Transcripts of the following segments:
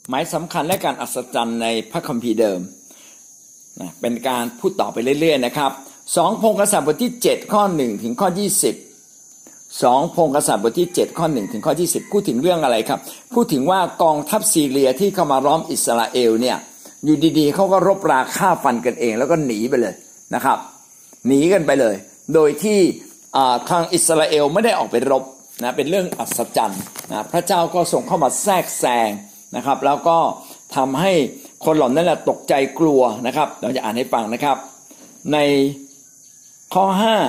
หมายสำคัญและการอัศจรรย์ในพระคัมภีร์เดิมนะเป็นการพูดต่อไปเรื่อยๆนะครับ2พงศ์กษัตริย์บทที่7ข้อ1ถึงข้อ20 2พงศ์กษัตริย์บทที่7ข้อ1ถึงข้อ20พูดถึงเรื่องอะไรครับพูดถึงว่ากองทัพซีเรียที่เข้ามาล้อมอิสราเอลเนี่ยอยู่ดีๆเขาก็รบราฆ่าฟันกันเองแล้วก็หนีไปเลยนะครับหนีกันไปเลยโดยที่ทางอิสราเอลไม่ได้ออกไปรบนะเป็นเรื่องอัศจรรย์นะพระเจ้าก็ส่งเข้ามาแทรกแซงนะครับแล้วก็ทำให้คนเหล่านั้นตกใจกลัวนะครับเราจะอ่านให้ฟังนะครับในข้อ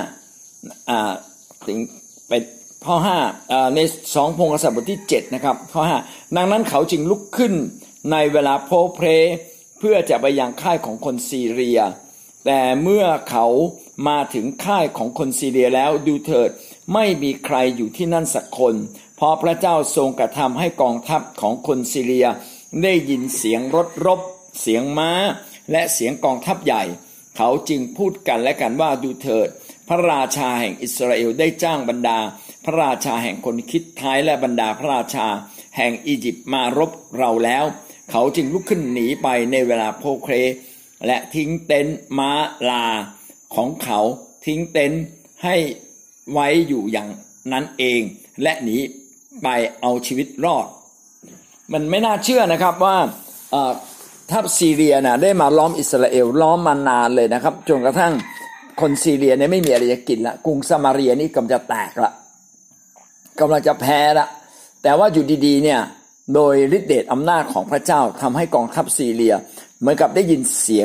5ถึงเป็นข้อ5ใน2พงศ์กษัตริย์บทที่7นะครับข้อ5ดังนั้นเขาจึงลุกขึ้นในเวลาโพเพลเพื่อจะไปยังค่ายของคนซีเรียแต่เมื่อเขามาถึงค่ายของคนซีเรียแล้วดูเถิดไม่มีใครอยู่ที่นั่นสักคนเพราะพระเจ้าทรงกระทำให้กองทัพของคนซีเรียได้ยินเสียงรถรบเสียงม้าและเสียงกองทัพใหญ่เขาจึงพูดกันและกันว่าดูเถิดพระราชาแห่งอิสราเอลได้จ้างบรรดาพระราชาแห่งคนคิดท้ายและบรรดาพระราชาแห่งอียิปต์มารบเราแล้วเขาจึงลุกขึ้นหนีไปในเวลาโพเครและทิ้งเต็นท์ม้าลาของเขาทิ้งเต็นท์ให้ไว้อยู่อย่างนั้นเองและหนีไปเอาชีวิตรอดมันไม่น่าเชื่อนะครับว่าทัพซีเรียได้มาล้อมอิสราเอลล้อมมานานเลยนะครับจนกระทั่งคนซีเรียเนี่ยไม่มีอะไรจะกินละกรุงซามาเรียนี่กำลังจะแตกละกำลังจะแพ้ละแต่ว่าอยู่ดีๆเนี่ยโดยฤทธิเดชอำนาจของพระเจ้าทำให้กองทัพซีเรียเหมือนกับได้ยินเสียง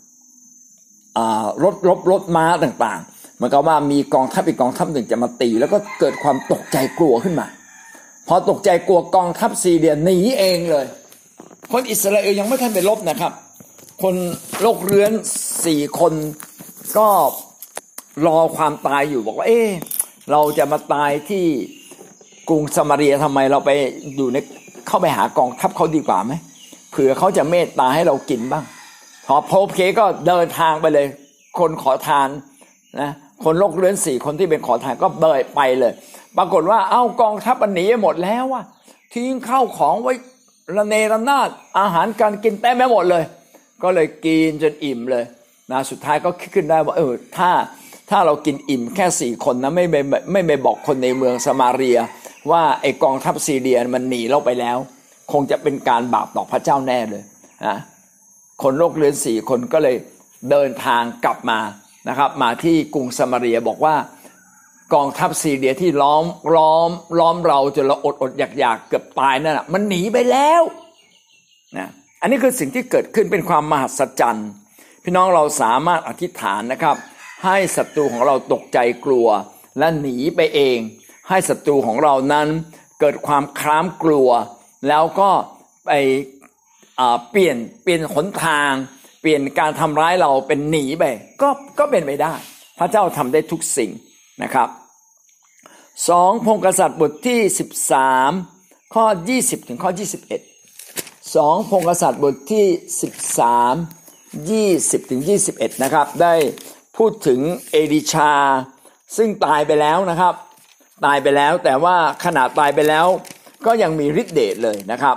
รถม้าต่างๆเหมือนกับว่ามีกองทัพอีกกองทัพหนึ่งจะมาตีแล้วก็เกิดความตกใจกลัวขึ้นมาพอตกใจกลัวกองทัพซีเรียหนีเองเลยคนอิสราเอลยังไม่ทันไปรบนะครับคนโรคเรื้อน4คนก็รอความตายอยู่บอกว่าเราจะมาตายที่กรุงซามาเรียทำไมเราไปอยู่ในเข้าไปหากองทัพเขาดีกว่าไหมเผื่อเขาจะเมตตาให้เรากินบ้างพอโพเพก็เดินทางไปเลยคนขอทานนะคนโรคเรื้อน4คนที่เป็นขอทานก็เดินไปเลยปรากฏว่ากองทัพมันหนีหมดแล้วว่ะทิ้งข้าวของไว้ระเนระนาดอาหารการกินเต็มไปหมดเลยก็เลยกินจนอิ่มเลยนะสุดท้ายก็คิดขึ้นได้ว่าถ้าเรากินอิ่มแค่4คนนะไม่ไปบอกคนในเมืองซามาเรียว่าไอกองทัพซีเรียมันหนีเราไปแล้วคงจะเป็นการบาปต่อพระเจ้าแน่เลยนะคนโรคเรื้อน4คนก็เลยเดินทางกลับมานะครับมาที่กรุงซามาเรียบอกว่ากองทัพซีเรียที่ล้อมเราจนเราอดอยากเกือบตายนั่นน่ะมันหนีไปแล้วนะอันนี้คือสิ่งที่เกิดขึ้นเป็นความมหัศจรรย์พี่น้องเราสามารถอธิษฐานนะครับให้ศัตรูของเราตกใจกลัวและหนีไปเองให้ศัตรูของเรานั้นเกิดความคร้ามกลัวแล้วก็ไปเปลี่ยนหนทางเปลี่ยนการทำร้ายเราเป็นหนีไปก็เป็นไปได้พระเจ้าทำได้ทุกสิ่งนะครับ2พงศ์กษัตริย์บทที่13ข้อ20ถึงข้อ21 2พงศ์กษัตริย์บทที่13 20ถึง21นะครับได้พูดถึงเอลิชาซึ่งตายไปแล้วนะครับตายไปแล้วแต่ว่าขณะตายไปแล้วก็ยังมีฤทธิ์เดชเลยนะครับ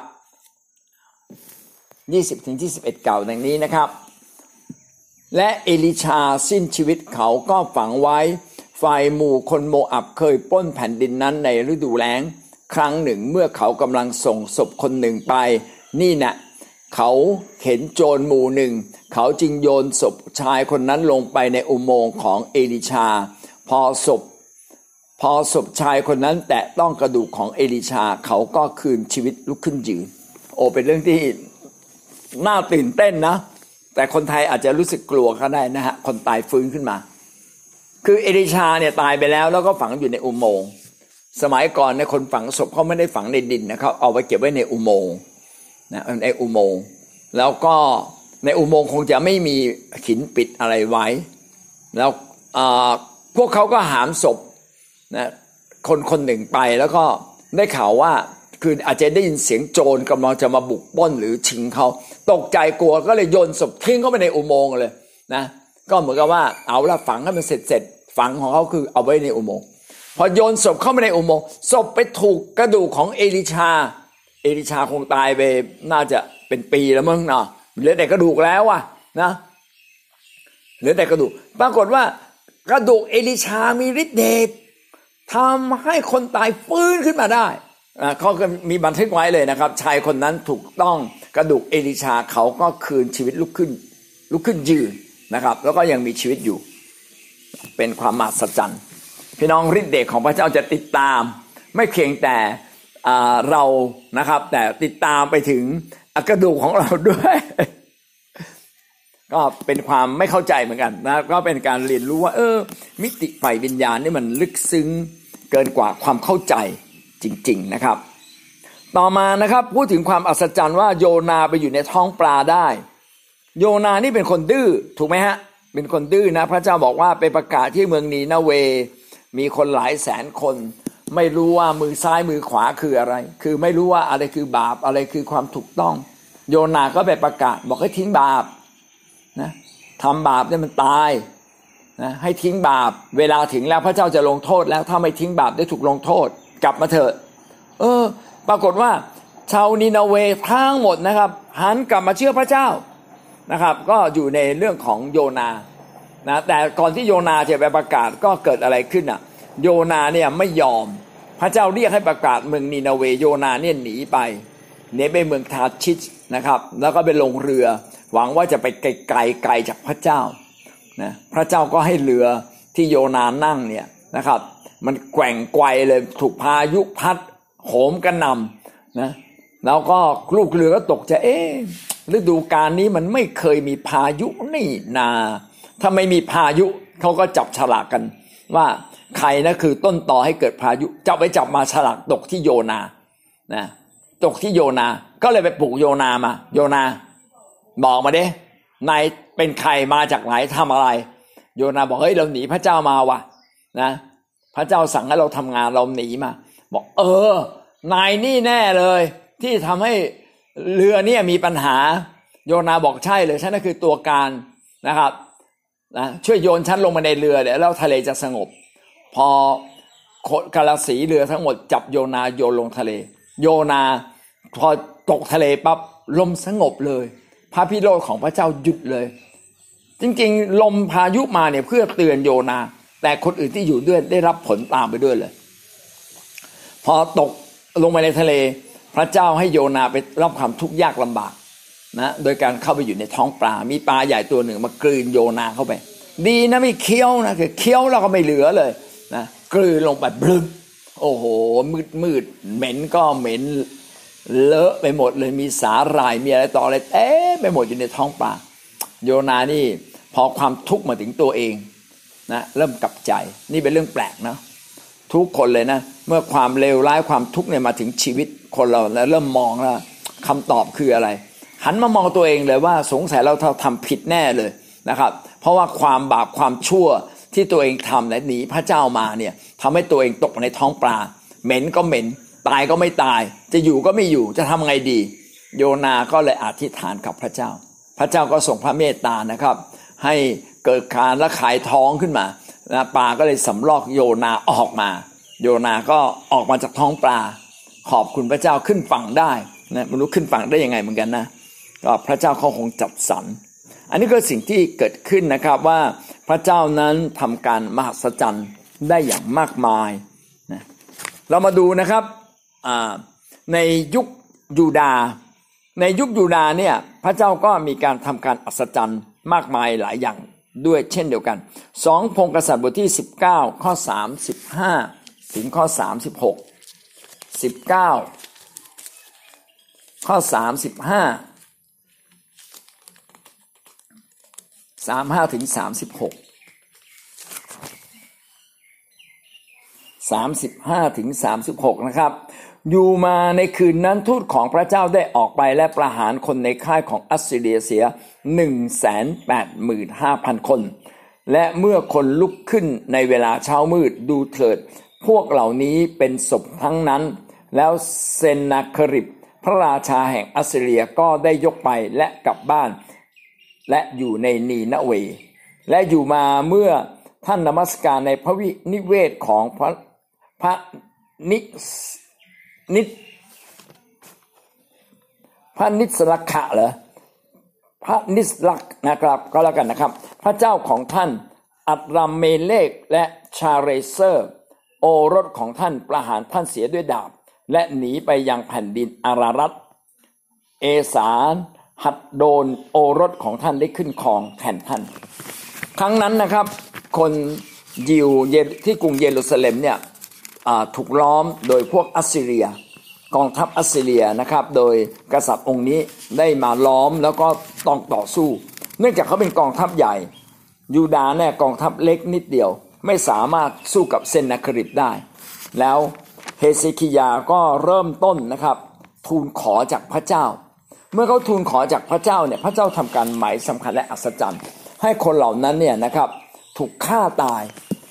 20ถึง21กล่าวดังนี้นะครับและเอลิชาสิ้นชีวิตเขาก็ฝังไว้ฝ่ายหมู่คนโมอับเคยปล้นแผ่นดินนั้นในฤดูแล้งครั้งหนึ่งเมื่อเขากำลังส่งศพคนหนึ่งไปนี่นะเขาเห็นโจรหมู่หนึ่งเขาจึงโยนศพชายคนนั้นลงไปในอุโมงค์ของเอลิชาพอศพชายคนนั้นแตะต้องกระดูกของเอลิชาเขาก็คืนชีวิตลุกขึ้นยืนเป็นเรื่องที่น่าตื่นเต้นนะแต่คนไทยอาจจะรู้สึกกลัวก็ได้นะฮะคนตายฟื้นขึ้นมาคือเอลิชาเนี่ยตายไปแล้วก็ฝังอยู่ในอุโมงค์สมัยก่อนเนี่ยคนฝังศพเขาไม่ได้ฝังในดินนะครับเอาไว้เก็บไว้ในอุโมงค์นะในอุโมงค์แล้วก็ในอุโมงค์คงจะไม่มีหินปิดอะไรไว้แล้วพวกเขาก็หามศพนะคนหนึ่งไปแล้วก็ได้ข่าวว่าคืออาจจะได้ยินเสียงโจรกำลังจะมาบุกปล้นหรือชิงเขาตกใจกลัวก็เลยโยนศพทิ้งเข้าไปในอุโมงค์เลยนะก็เหมือนกับว่าเอาละฝังให้มันเสร็จฝังของเขาคือเอาไว้ในอุโมงค์พอโยนศพเข้าไปในอุโมงค์ศพไปถูกกระดูกของเอลิชาเอลิชาคงตายไปน่าจะเป็นปีแล้วมั้งเนาะเหลือแต่กระดูกแล้วอะนะเหลือแต่กระดูกปรากฏว่ากระดูกเอลิชามีฤทธิ์เดชทำให้คนตายฟื้นขึ้นมาได้เขาก็มีบันทึกไว้เลยนะครับชายคนนั้นถูกต้องกระดูกเอลิชาเขาก็คืนชีวิตลุกขึ้นยืนนะครับแล้วก็ยังมีชีวิตอยู่เป็นความมหัศจรรย์พี่น้องฤทธิ์เดชของพระเจ้าจะติดตามไม่เพียงแต่เรานะครับแต่ติดตามไปถึงกระดูกของเราด้วยก็เป็นความไม่เข้าใจเหมือนกันนะก็เป็นการเรียนรู้ว่ามิติฝ่ายวิญญาณนี่มันลึกซึ้งเกินกว่าความเข้าใจจริงๆนะครับต่อมานะครับพูดถึงความอัศจรรย์ว่าโยนาไปอยู่ในท้องปลาได้โยนานี่เป็นคนดื้อถูกไหมฮะเป็นคนดื้อนะพระเจ้าบอกว่าไปประกาศที่เมืองนีนาเวมีคนหลายแสนคนไม่รู้ว่ามือซ้ายมือขวาคืออะไรคือไม่รู้ว่าอะไรคือบาปอะไรคือความถูกต้องโยนาก็ไปประกาศบอกให้ทิ้งบาปนะทำบาปเนี่ยมันตายนะให้ทิ้งบาปเวลาถึงแล้วพระเจ้าจะลงโทษแล้วถ้าไม่ทิ้งบาปได้ถูกลงโทษกลับมาเถอะปรากฏว่าชาวนีนาเวทั้งหมดนะครับหันกลับมาเชื่อพระเจ้านะครับก็อยู่ในเรื่องของโยนานะแต่ก่อนที่โยนาจะไปประกาศก็เกิดอะไรขึ้นอ่ะโยนาเนี่ยไม่ยอมพระเจ้าเรียกให้ประกาศเมืองนีนาเวโยนาเนี่ยหนีไปเมืองทาชิชนะครับแล้วก็ไปลงเรือหวังว่าจะไปไกลจากพระเจ้านะพระเจ้าก็ให้เรือที่โยนานั่งเนี่ยนะครับมันแกว่งไกวเลยถูกพายุพัดโหมกระหน่ำนะแล้วก็ลูกเรือก็ตกใจฤดูกาลนี้มันไม่เคยมีพายุนี่นาถ้าไม่มีพายุเขาก็จับฉลากกันว่าใครนะคือต้นต่อให้เกิดพายุจับมาฉลากตกที่โยนานะตกที่โยนาก็เลยไปปลุกโยนามาโยนาบอกมาดินายเป็นใครมาจากไหนทำอะไรโยนาบอกเฮ้ยเราหนีพระเจ้ามาว่ะนะพระเจ้าสั่งให้เราทำงานเราหนีมาบอกนายนี่แน่เลยที่ทำให้เรือเนี่ยมีปัญหาโยนาบอกใช่เลยฉันนั่นคือตัวการนะครับนะช่วยโยนฉันลงมาในเรือเดี๋ยวแล้วทะเลจะสงบพอกาลสีเรือทั้งหมดจับโยนาโยนลงทะเลโยนาพอตกทะเลปั๊บลมสงบเลยพระพิโรธของพระเจ้าหยุดเลยจริงๆลมพายุมาเนี่ยเพื่อเตือนโยนาแต่คนอื่นที่อยู่ด้วยได้รับผลตามไปด้วยเลยพอตกลงไปในทะเลพระเจ้าให้โยนาไปรับความทุกข์ยากลำบากนะโดยการเข้าไปอยู่ในท้องปลามีปลาใหญ่ตัวหนึ่งมากลืนโยนาเข้าไปดีนะไม่เคี้ยวนะคือเคี้ยวแล้วก็ไม่เหลือเลยนะกลืนลงไปบลึงโอ้โหมืดเหม็นก็เหม็นเลอะไปหมดเลยมีสาหร่ายมีอะไรต่ออะไรเต็มไปหมดอยู่ในท้องปลาโยนานี่พอความทุกข์มาถึงตัวเองนะเริ่มกลับใจนี่เป็นเรื่องแปลกนะทุกคนเลยนะเมื่อความเลวร้ายความทุกข์เนี่ยมาถึงชีวิตคนเราแล้วเริ่มมองแล้วคำตอบคืออะไรหันมามองตัวเองเลยว่าสงสัยเราทำผิดแน่เลยนะครับเพราะว่าความบาปความชั่วที่ตัวเองทำและหนีพระเจ้ามาเนี่ยทำให้ตัวเองตกในท้องปลาเหม็นก็เหม็นตายก็ไม่ตายจะอยู่ก็ไม่อยู่จะทำไงดีโยนาก็เลยอธิษฐานกับพระเจ้าพระเจ้าก็ส่งพระเมตตานะครับให้เกิดการระคายท้องขึ้นมานะปลาก็เลยสำลอกโยนาออกมาโยนาก็ออกมาจากท้องปลาขอบคุณพระเจ้าขึ้นฝั่งได้นะไม่รู้ขึ้นฝั่งได้ยังไงเหมือนกันนะก็พระเจ้าเขาคงจัดสรรอันนี้ก็สิ่งที่เกิดขึ้นนะครับว่าพระเจ้านั้นทำการมหัศจรรย์ได้อย่างมากมายนะเรามาดูนะครับในยุคยูดาห์เนี่ยพระเจ้าก็มีการทำการอัศจรรย์มากมายหลายอย่างด้วยเช่นเดียวกัน2พงศ์กษัตริย์บทที่19ข้อ35ถึงข้อ36 19ข้อ35ถึง36 35ถึง36นะครับอยู่มาในคืนนั้นทูตของพระเจ้าได้ออกไปและประหารคนในค่ายของอัสซีเรียเสีย 185,000 คนและเมื่อคนลุกขึ้นในเวลาเช้ามืดดูเถิดพวกเหล่านี้เป็นศพทั้งนั้นแล้วเซนนาเคริบพระราชาแห่งอัสซีเรียก็ได้ยกไปและกลับบ้านและอยู่ในนีนาเวและอยู่มาเมื่อท่านนมัสการในพระวินิเวศของพระพระนิสลักขะเหรอพระนิสลักนะครับก็แล้วกันนะครับพระเจ้าของท่านอัตราเมเลกและชาเรเซอร์โอรสของท่านประหารท่านเสียด้วยดาบและหนีไปยังแผ่นดินอารารัตเอสาหัดโดนโอรสของท่านได้ขึ้นครองแทนท่านครั้งนั้นนะครับคนยิวที่กรุงเยรูซาเล็มเนี่ยถูกล้อมโดยพวกอัสซีเรียกองทัพอัสซีเรียนะครับโดยกษัตริย์องค์นี้ได้มาล้อมแล้วก็ต้องต่อสู้เนื่องจากเขาเป็นกองทัพใหญ่ยูดาห์เนี่ยกองทัพเล็กนิดเดียวไม่สามารถสู้กับเซนนาคริบได้แล้วเฮเซคิยาก็เริ่มต้นนะครับทูลขอจากพระเจ้าเมื่อเขาทูลขอจากพระเจ้าเนี่ยพระเจ้าทำการหมายสำคัญและอัศจรรย์ให้คนเหล่านั้นเนี่ยนะครับถูกฆ่าตาย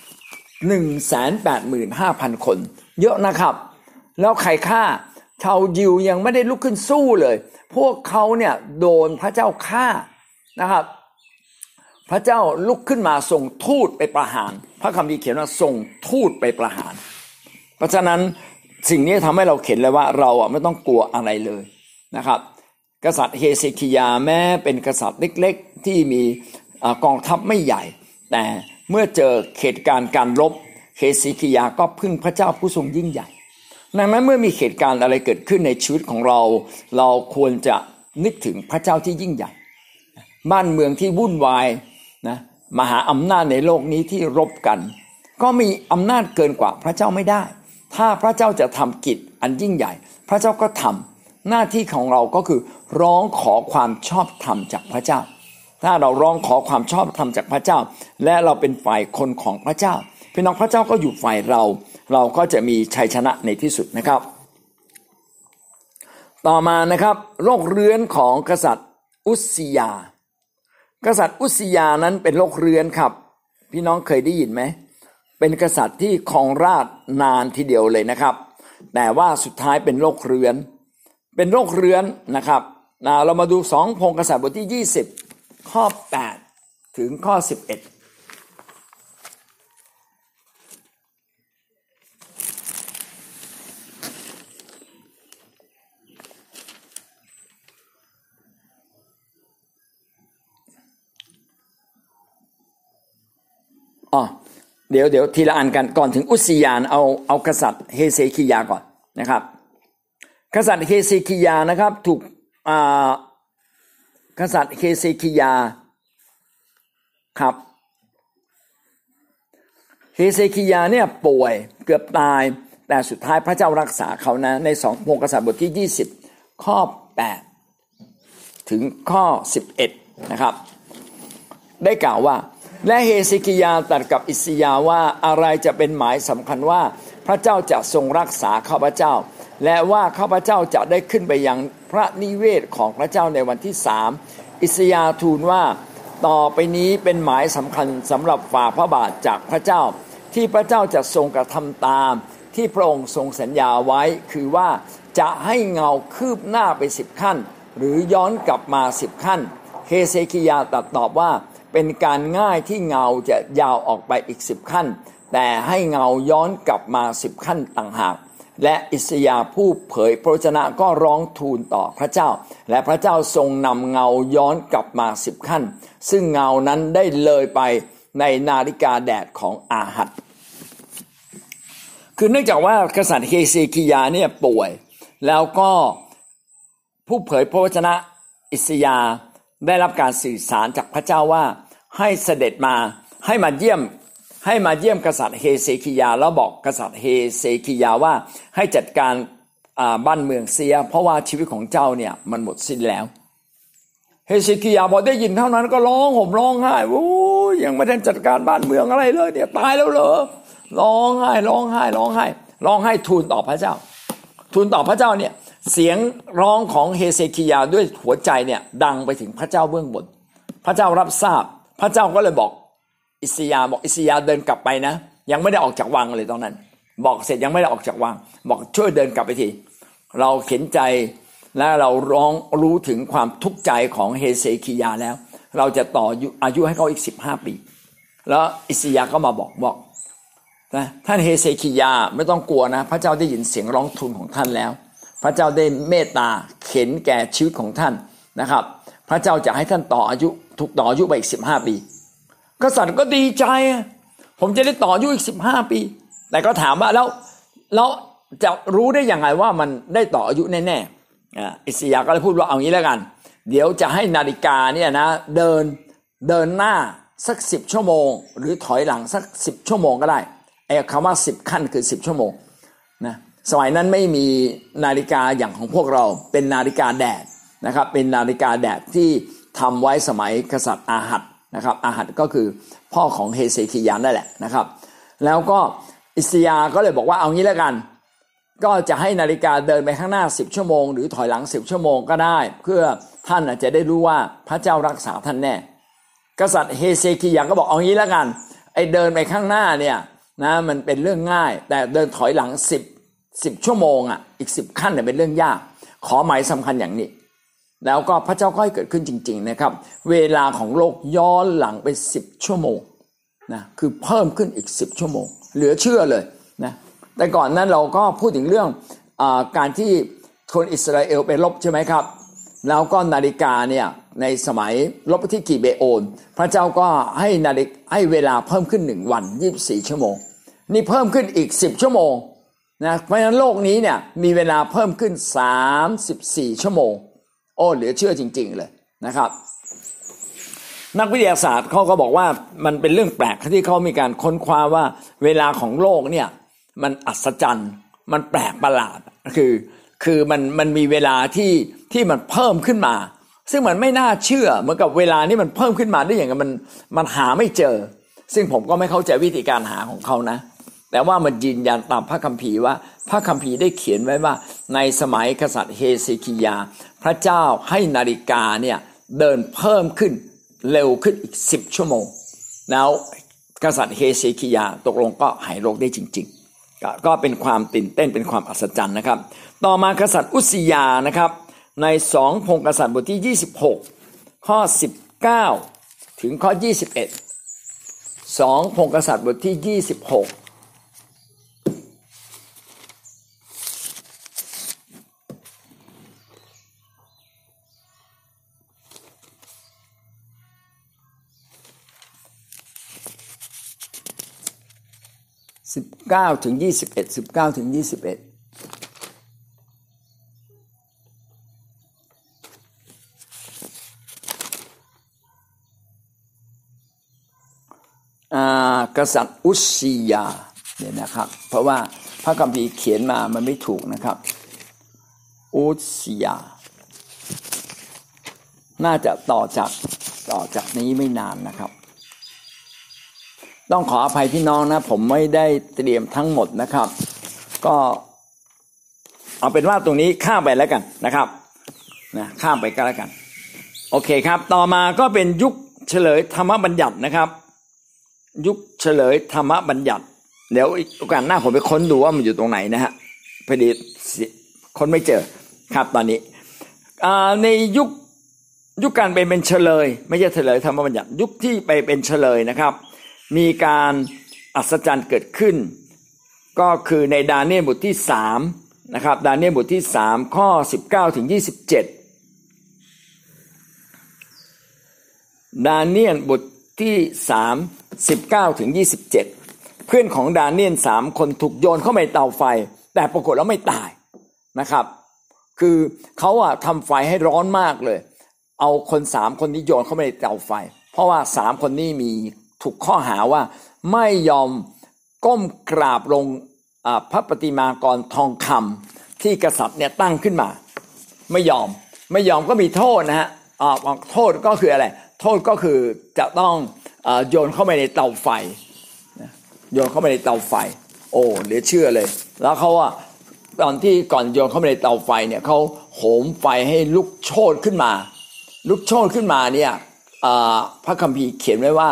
185,000 คนเยอะนะครับแล้วใครฆ่าชาวยิวยังไม่ได้ลุกขึ้นสู้เลยพวกเขาเนี่ยโดนพระเจ้าฆ่านะครับพระเจ้าลุกขึ้นมาส่งทูตไปประหารพระคัมภีร์เขียนว่าส่งทูตไปประหารเพราะฉะนั้นสิ่งนี้ทำให้เราเห็นเลยว่าเราไม่ต้องกลัวอะไรเลยนะครับกษัตริย์เฮเซคิยาแม้เป็นกษัตริย์เล็กๆที่มีกองทัพไม่ใหญ่แต่เมื่อเจอเหตุการณ์การรบเฮเซคิยาก็พึ่งพระเจ้าผู้ทรงยิ่งใหญ่ดังนั้นเมื่อมีเหตุการณ์อะไรเกิดขึ้นในชีวิตของเราเราควรจะนึกถึงพระเจ้าที่ยิ่งใหญ่บ้านเมืองที่วุ่นวายนะมหาอำนาจในโลกนี้ที่รบกันก็มีอำนาจเกินกว่าพระเจ้าไม่ได้ถ้าพระเจ้าจะทำกิจอันยิ่งใหญ่พระเจ้าก็ทำหน้าที่ของเราก็คือร้องขอความชอบธรรมจากพระเจ้าถ้าเราร้องขอความชอบธรรมจากพระเจ้าและเราเป็นฝ่ายคนของพระเจ้าพี่น้องพระเจ้าก็อยู่ฝ่ายเราก็จะมีชัยชนะในที่สุดนะครับต่อมานะครับโรคเรื้อนของกษัตริย์อุสซิยากษัตริย์อุสซิยานั้นเป็นโรคเรื้อนครับพี่น้องเคยได้ยินไหมเป็นกษัตริย์ที่ครองราชย์นานทีเดียวเลยนะครับแต่ว่าสุดท้ายเป็นโรคเรื้อนนะครับเรามาดู2พงศ์กษัตริย์บทที่20ข้อ8ถึงข้อ11เดี๋ยวทีละอันกันก่อนถึงอุสซิยาเอากษัตริย์เฮเซคิยาก่อนนะครับกษัตริย์เฮเซคิยานะครับถูกกษัตริย์เฮเซคิยาครับเฮเซคิยาเนี่ยป่วยเกือบตายแต่สุดท้ายพระเจ้ารักษาเขานะใน2พงศ์กษัตริย์บทที่20ข้อ8ถึงข้อ11นะครับได้กล่าวว่าและเฮเซคิยาตรัสกับอิสยาห์ว่าอะไรจะเป็นหมายสำคัญว่าพระเจ้าจะทรงรักษาข้าพเจ้าและว่าข้าพเจ้าจะได้ขึ้นไปยังพระนิเวศของพระเจ้าในวันที่3อิสยาห์ทูลว่าต่อไปนี้เป็นหมายสำคัญสำหรับฝ่าพระบาทจากพระเจ้าที่พระเจ้าจะทรงกระทำตามที่พระองค์ทรงสัญญาไว้คือว่าจะให้เงาคืบหน้าไป10ขั้นหรือย้อนกลับมา10ขั้นเฮเซคิยาตอบว่าเป็นการง่ายที่เงาจะยาวออกไปอีก10ขั้นแต่ให้เงาย้อนกลับมา10ขั้นต่างหากและอิสยาห์ผู้เผยพระวจนะก็ร้องทูลต่อพระเจ้าและพระเจ้าทรงนำเงาย้อนกลับมา10ขั้นซึ่งเงานั้นได้เลยไปในนาฬิกาแดดของอาหัดคือเนื่องจากว่ากษัตริย์เฮเซคิยาเนี่ยป่วยแล้วก็ผู้เผยพระวจนะอิสยาห์ได้รับการสื่อสารจากพระเจ้าว่าให้เสด็จมาให้มาเยี่ยมกษัตริย์เฮเซคิยาแล้วบอกกษัตริย์เฮเซคิยาว่าให้จัดการบ้านเมืองเสียเพราะว่าชีวิตของเจ้าเนี่ยมันหมดสิ้นแล้วเฮเซคิยาพอได้ยินเท่านั้นก็ร้องห่มร้องไห้โอ้ยยังไม่ได้จัดการบ้านเมืองอะไรเลยเนี่ยตายแล้วเหรอร้องไห้ทูลต่อพระเจ้าเนี่ยเสียงร้องของเฮเซคิยาด้วยหัวใจเนี่ยดังไปถึงพระเจ้าเบื้องบนพระเจ้ารับทราบพระเจ้าก็เลยบอกอิสยาห์เดินกลับไปนะยังไม่ได้ออกจากวังเลยตอนนั้นบอกเสร็จยังไม่ได้ออกจากวังบอกช่วยเดินกลับไปทีเราเข็นใจและเรารู้ถึงความทุกข์ใจของเฮเซคิยาแล้วเราจะต่ออายุให้เขาอีก15ปีแล้วอิสยาห์ก็มาบอกนะท่านเฮเซคิยาไม่ต้องกลัวนะพระเจ้าได้ยินเสียงร้องทูลของท่านแล้วพระเจ้าได้เมตตาเห็นแก่ชีวิตของท่านนะครับพระเจ้าจะให้ท่านถูกต่ออายุไปอีก15 ปีกษัตริย์ก็ดีใจผมจะได้ต่ออายุอีก15 ปีแต่ก็ถามว่าแล้วจะรู้ได้ยังไงว่ามันได้ต่ออายุแน่ๆอิสยาห์ก็เลยพูดว่าเอางี้แล้วกันเดี๋ยวจะให้นาฬิกาเนี่ยนะเดินหน้าสัก10 ชั่วโมงหรือถอยหลังสัก10 ชั่วโมงก็ได้ไอ้คำว่า10 ขั้นคือ10 ชั่วโมงนะสมัยนั้นไม่มีนาฬิกาอย่างของพวกเราเป็นนาฬิกาแดดนะครับเป็นนาฬิกาแดดที่ทำไว้สมัยกษัตริย์อาหัดนะครับอาหัดก็คือพ่อของเฮเซคิยานั่นแหละนะครับแล้วก็อิสยาห์ก็เลยบอกว่าเอางี้แล้วกันก็จะให้นาฬิกาเดินไปข้างหน้า10 ชั่วโมงหรือถอยหลัง10 ชั่วโมงก็ได้เพื่อท่านจะได้รู้ว่าพระเจ้ารักษาท่านแน่กษัตริย์เฮเซคิยาก็บอกเอางี้แล้วกันไอ้เดินไปข้างหน้าเนี่ยนะมันเป็นเรื่องง่ายแต่เดินถอยหลัง10 ชั่วโมงอีก10 ขั้นเนี่ยเป็นเรื่องยากขอหมายสำคัญอย่างนี้แล้วก็พระเจ้าก็ให้เกิดขึ้นจริงๆนะครับเวลาของโลกย้อนหลังไป10 ชั่วโมงนะคือเพิ่มขึ้นอีก10 ชั่วโมงเหลือเชื่อเลยนะแต่ก่อนนั้นเราก็พูดถึงเรื่องการที่คนอิสราเอลไปรบใช่ไหมครับแล้วก็นาฬิกาเนี่ยในสมัยรบที่กิเบโอนพระเจ้าก็ให้เวลาเพิ่มขึ้น1 วัน24 ชั่วโมงนี่เพิ่มขึ้นอีก10 ชั่วโมงนะเพราะฉะนั้นโลกนี้เนี่ยมีเวลาเพิ่มขึ้น34 ชั่วโมงโอ้เหลือเชื่อจริงๆเลยนะครับนักวิทยาศาสตร์เขาก็บอกว่ามันเป็นเรื่องแปลกที่เขามีการค้นคว้าว่าเวลาของโลกเนี่ยมันอัศจรรย์มันแปลกประหลาดคือมันมีเวลาที่มันเพิ่มขึ้นมาซึ่งมันไม่น่าเชื่อเหมือนกับเวลานี้มันเพิ่มขึ้นมาได้อย่างมันหาไม่เจอซึ่งผมก็ไม่เข้าใจวิธีการหาของเขานะแต่ว่ามันยืนยันตามพระคัมภีร์ว่าพระคัมภีร์ได้เขียนไว้ว่าในสมัยกษัตริย์เฮเซคิยาพระเจ้าให้นาฬิกาเนี่ยเดินเพิ่มขึ้นเร็วขึ้นอีก10 ชั่วโมงแล้วกษัตริย์เฮเซคิยาตกลงก็หายโรคได้จริงๆก็เป็นความตื่นเต้นเป็นความอัศจรรย์นะครับต่อมากษัตริย์อุสยานะครับใน2 พงศ์กษัตริย์บทที่26ข้อ19ถึงข้อ21 2 พงศ์กษัตริย์บทที่2619 ถึง 21 19 ถึง 21กษัตริย์อุสยาเนี่ยนะครับเพราะว่าพระคัมภีร์เขียนมามันไม่ถูกนะครับอุสยาน่าจะต่อจากนี้ไม่นานนะครับต้องขออภัยพี่น้องนะผมไม่ได้เตรียมทั้งหมดนะครับก็เอาเป็นว่าตรงนี้ข้ามไปแล้วกันนะครับนะข้ามไปก็แล้วกันโอเคครับต่อมาก็เป็นยุคเฉลยธรรมบัญญัตินะครับยุคเฉลยธรรมบัญญัติเดี๋ยวโอกาสหน้าผมไปค้นดูว่ามันอยู่ตรงไหนนะฮะพอดีค้นไม่เจอครับตอนนี้ในยุคการเป็นเฉลยไม่ใช่เฉลยธรรมบัญญัติยุคที่ไปเป็นเฉลยนะครับมีการอัศจรรย์เกิดขึ้นก็คือในดาเนียลบทที่3นะครับดาเนียลบทที่3ข้อ19ถึง27ดาเนียลบทที่3 19ถึง27เพื่อนของดาเนียล3 คนถูกโยนเข้าไปในเตาไฟแต่ปรากฏแล้วไม่ตายนะครับคือเขาทำไฟให้ร้อนมากเลยเอาคน3 คนนี้โยนเข้าไปในเตาไฟเพราะว่า3 คนนี้มีถูกข้อหาว่าไม่ยอมก้มกราบลงพระประติมากรทองคำที่กษัตริย์เนี่ยตั้งขึ้นมาไม่ยอมก็มีโทษนะฮะโทษก็คืออะไรโทษก็คือจะต้องโยนเข้าไปในเตาไฟโยนเข้าไปในเตาไฟโอ้เหลือเชื่อเลยแล้วเขาตอนที่ก่อนโยนเข้าไปในเตาไฟเนี่ยเขาโหมไฟให้ลุกโชนขึ้นมาเนี่ยพระคัมภีร์เขียนไว้ว่า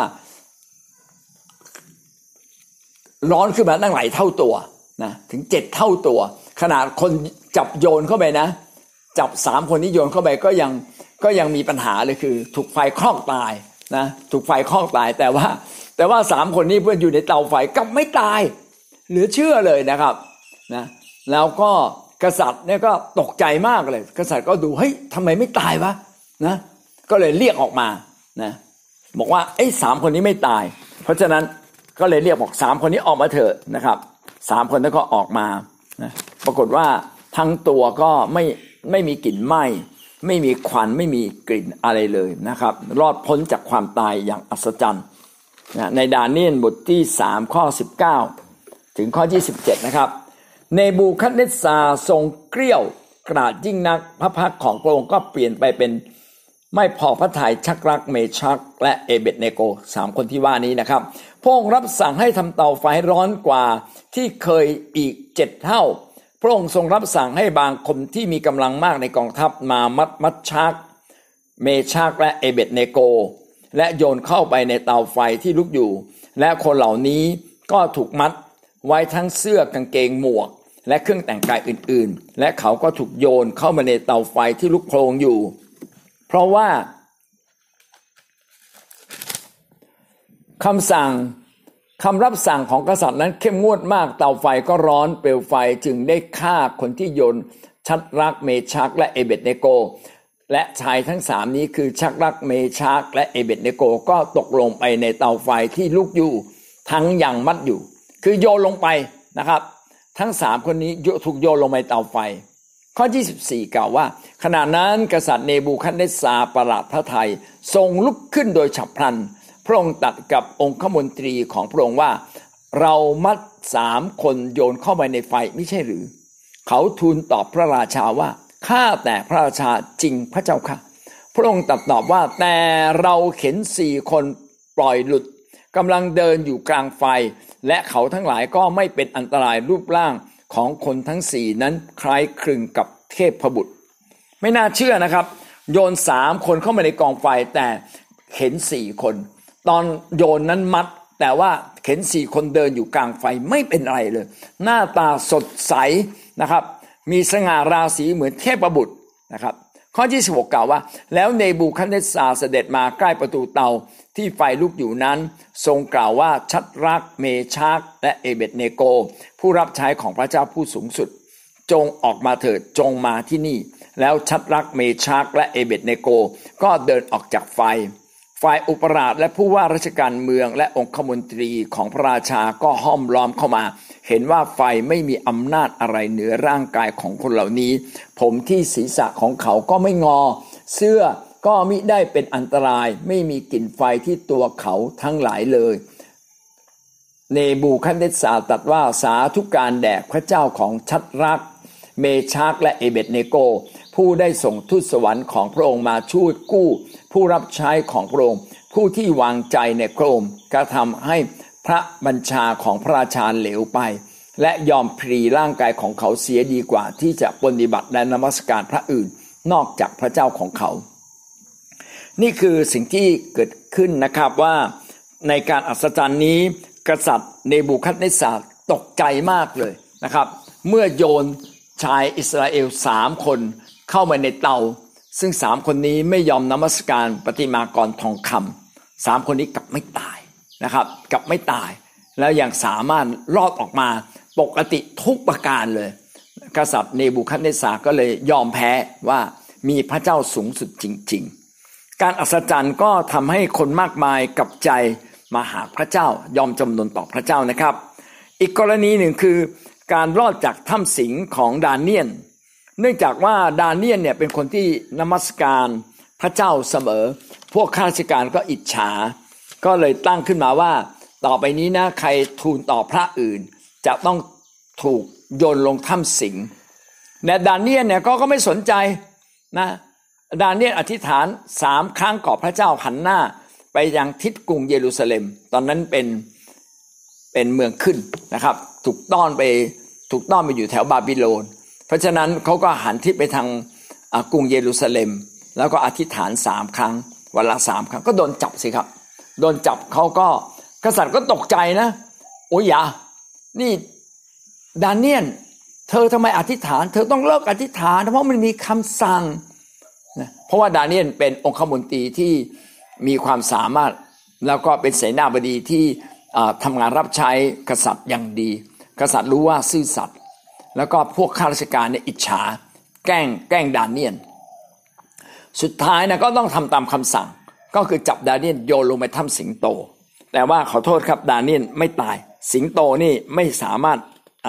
ร้อนขึ้นมาตั้งหลายเท่าตัวนะถึง7 เท่าตัวขนาดคนจับโยนเข้าไปนะจับ3 คนนี้โยนเข้าไปก็ยังมีปัญหาเลยคือถูกไฟคลอกตายนะถูกไฟคลอกตายแต่ว่า3 คนนี้เพื่อนอยู่ในเตาไฟกลับไม่ตายเหลือเชื่อเลยนะครับนะแล้วก็กษัตริย์เนี่ยก็ตกใจมากเลยกษัตริย์ก็ดูเฮ้ยทำไมไม่ตายวะนะก็เลยเรียกออกมานะบอกว่า3 คนนี้ไม่ตายเพราะฉะนั้นก็เลยเรียกบอก3 คนนี้ออกมาเถอะนะครับ3 คนนั้นก็ออกมานะปรากฏว่าทั้งตัวก็ไม่มีกลิ่นไหม้ไม่มีควันไม่มีกลิ่นอะไรเลยนะครับรอดพ้นจากความตายอย่างอัศจรรย์นะในดาเนียลบทที่3ข้อ19ถึงข้อ27นะครับเนบูคัดเนสซาร์ทรงเกรี้ยวกราดยิ่งนักพระพักของพระองค์ก็เปลี่ยนไปเป็นไม่พอพระทัยชักรักเมชักและเอเบดเนโก3 คนที่ว่านี้นะครับพระองค์รับสั่งให้ทำเตาไฟร้อนกว่าที่เคยอีก7 เท่าพระองค์ทรงรับสั่งให้บางคนที่มีกำลังมากในกองทัพมามัดชักเมชักและเอเบดเนโกและโยนเข้าไปในเตาไฟที่ลุกอยู่และคนเหล่านี้ก็ถูกมัดไว้ทั้งเสื้อกางเกงหมวกและเครื่องแต่งกายอื่นๆและเขาก็ถูกโยนเข้ามาในเตาไฟที่ลุกโผล่อยู่เพราะว่าคำรับสั่งของกษัตริย์นั้นเข้มงวดมากเตาไฟก็ร้อนเปลวไฟจึงได้ฆ่าคนที่โยนชัดรักเมชักและเอเบดเนโกและชายทั้ง3นี้คือชักรักเมชักและเอเบดเนโกก็ตกลงไปในเตาไฟที่ลุกอยู่ทั้งยังมัดอยู่คือโยนลงไปนะครับทั้ง3 คนนี้ถูกโยนลงในเตาไฟข้อ24กล่าวว่าขณะนั้นกษัตริย์เนบูคัดเนสซาร์ประหลาดพระทัยทรงลุกขึ้นโดยฉับพลันพระองค์ตรัสกับองคมนตรีของพระองค์ว่าเรามัด3 คนโยนเข้าไปในไฟไม่ใช่หรือเขาทูลตอบพระราชาว่าข้าแต่พระราชาจริงพระเจ้าค่ะพระองค์ตรัสตอบว่าแต่เราเห็น4 คนปล่อยหลุดกำลังเดินอยู่กลางไฟและเขาทั้งหลายก็ไม่เป็นอันตรายรูปร่างของคนทั้ง4นั้นคล้ายคลึงกับเทพบุตรไม่น่าเชื่อนะครับโยน3 คนเข้ามาในกองไฟแต่เห็น4 คนตอนโยนนั้นมัดแต่ว่าเห็น4 คนเดินอยู่กลางไฟไม่เป็นไรเลยหน้าตาสดใสนะครับมีสง่าราศีเหมือนเทพบุตรนะครับข้อ26กล่าวว่าแล้วเนบูคัดเนสซาร์เสด็จมาใกล้ประตูเตาที่ไฟลุกอยู่นั้นทรงกล่าวว่าชัดรักเมชักและเอเบดเนโกผู้รับใช้ของพระเจ้าผู้สูงสุดจงออกมาเถิดจงมาที่นี่แล้วชัดรักเมชักและเอเบดเนโกก็เดินออกจากไฟฝ่ายอุปราชและผู้ว่าราชการเมืองและองคมนตรีของพระราชาก็ห้อมล้อมเข้ามาเห็นว่าไฟไม่มีอำนาจอะไรเหนือร่างกายของคนเหล่านี้ผมที่ศีรษะของเขาก็ไม่งอเสื้อก็มิได้เป็นอันตรายไม่มีกลิ่นไฟที่ตัวเขาทั้งหลายเลยเนบูคัดเนสซาร์ตรัสว่าสาธุการแด่พระเจ้าของชัดรักเมชักและเอเบดเนโกผู้ได้ส่งทูตสวรรค์ของพระองค์มาช่วยกู้ผู้รับใช้ของพระองค์ผู้ที่วางใจในพระองค์กระทำให้พระบัญชาของพระราชาเหลวไปและยอมพลีร่างกายของเขาเสียดีกว่าที่จะปฏิบัติและนมัสการพระอื่นนอกจากพระเจ้าของเขานี่คือสิ่งที่เกิดขึ้นนะครับว่าในการอัศจรรย์นี้กษัตริย์เนบูคัดเนสซาร์ตกใจมากเลยนะครับเมื่อโยนชายอิสราเอล3 คนเข้ามาในเตาซึ่ง3 คนนี้ไม่ยอมนมัสการประติมากรทองคำ3 คนนี้กลับไม่ตายนะครับกลับไม่ตายแล้วยังสามารถรอดออกมาปกติทุกประการเลยกษัตริย์เนบูคัดเนสซาร์ก็เลยยอมแพ้ว่ามีพระเจ้าสูงสุดจริงๆการอัศจรรย์ก็ทำให้คนมากมายกลับใจมาหาพระเจ้ายอมจำนนต่อพระเจ้านะครับอีกกรณีหนึ่งคือการรอดจากถ้ำสิงของดาเนียลเนื่องจากว่าดาเนียลเนี่ยเป็นคนที่นมัสการพระเจ้าเสมอพวกข้าราชการก็อิจฉาก็เลยตั้งขึ้นมาว่าต่อไปนี้นะใครทูลต่อพระอื่นจะต้องถูกโยนลงถ้ำสิงแต่ดาเนียลเนี่ยก็ไม่สนใจนะดาเนียลอธิษฐาน3 ครั้งก่อพระเจ้าหันหน้าไปยังทิศกรุงเยรูซาเล็มตอนนั้นเป็นเมืองขึ้นนะครับถูกต้อนไปอยู่แถวบาบิโลนเพราะฉะนั้นเขาก็หันทิศไปทางกรุงเยรูซาเล็มแล้วก็อธิษฐาน3 ครั้งวันละ3 ครั้งก็โดนจับสิครับโดนจับเขาก็กษัตริย์ก็ตกใจนะโอ้ยนี่ดาเนียลเธอทำไมอธิษฐานเธอต้องเลิกอธิษฐานเพราะมันมีคำสั่งนะเพราะว่าดาเนียลเป็นองคมนตรีที่มีความสามารถแล้วก็เป็นเสนาบดีที่ทำงานรับใช้กษัตริย์อย่างดีกษัตริย์รู้ว่าซื่อสัตย์แล้วก็พวกข้าราชการเนี่ยอิจฉาแกล้งดาเนียลสุดท้ายนะก็ต้องทำตามคำสั่งก็คือจับดาเนียลโยนลงไปถ้ำสิงโตแต่ว่าขอโทษครับดาเนียลไม่ตายสิงโตนี่ไม่สามารถ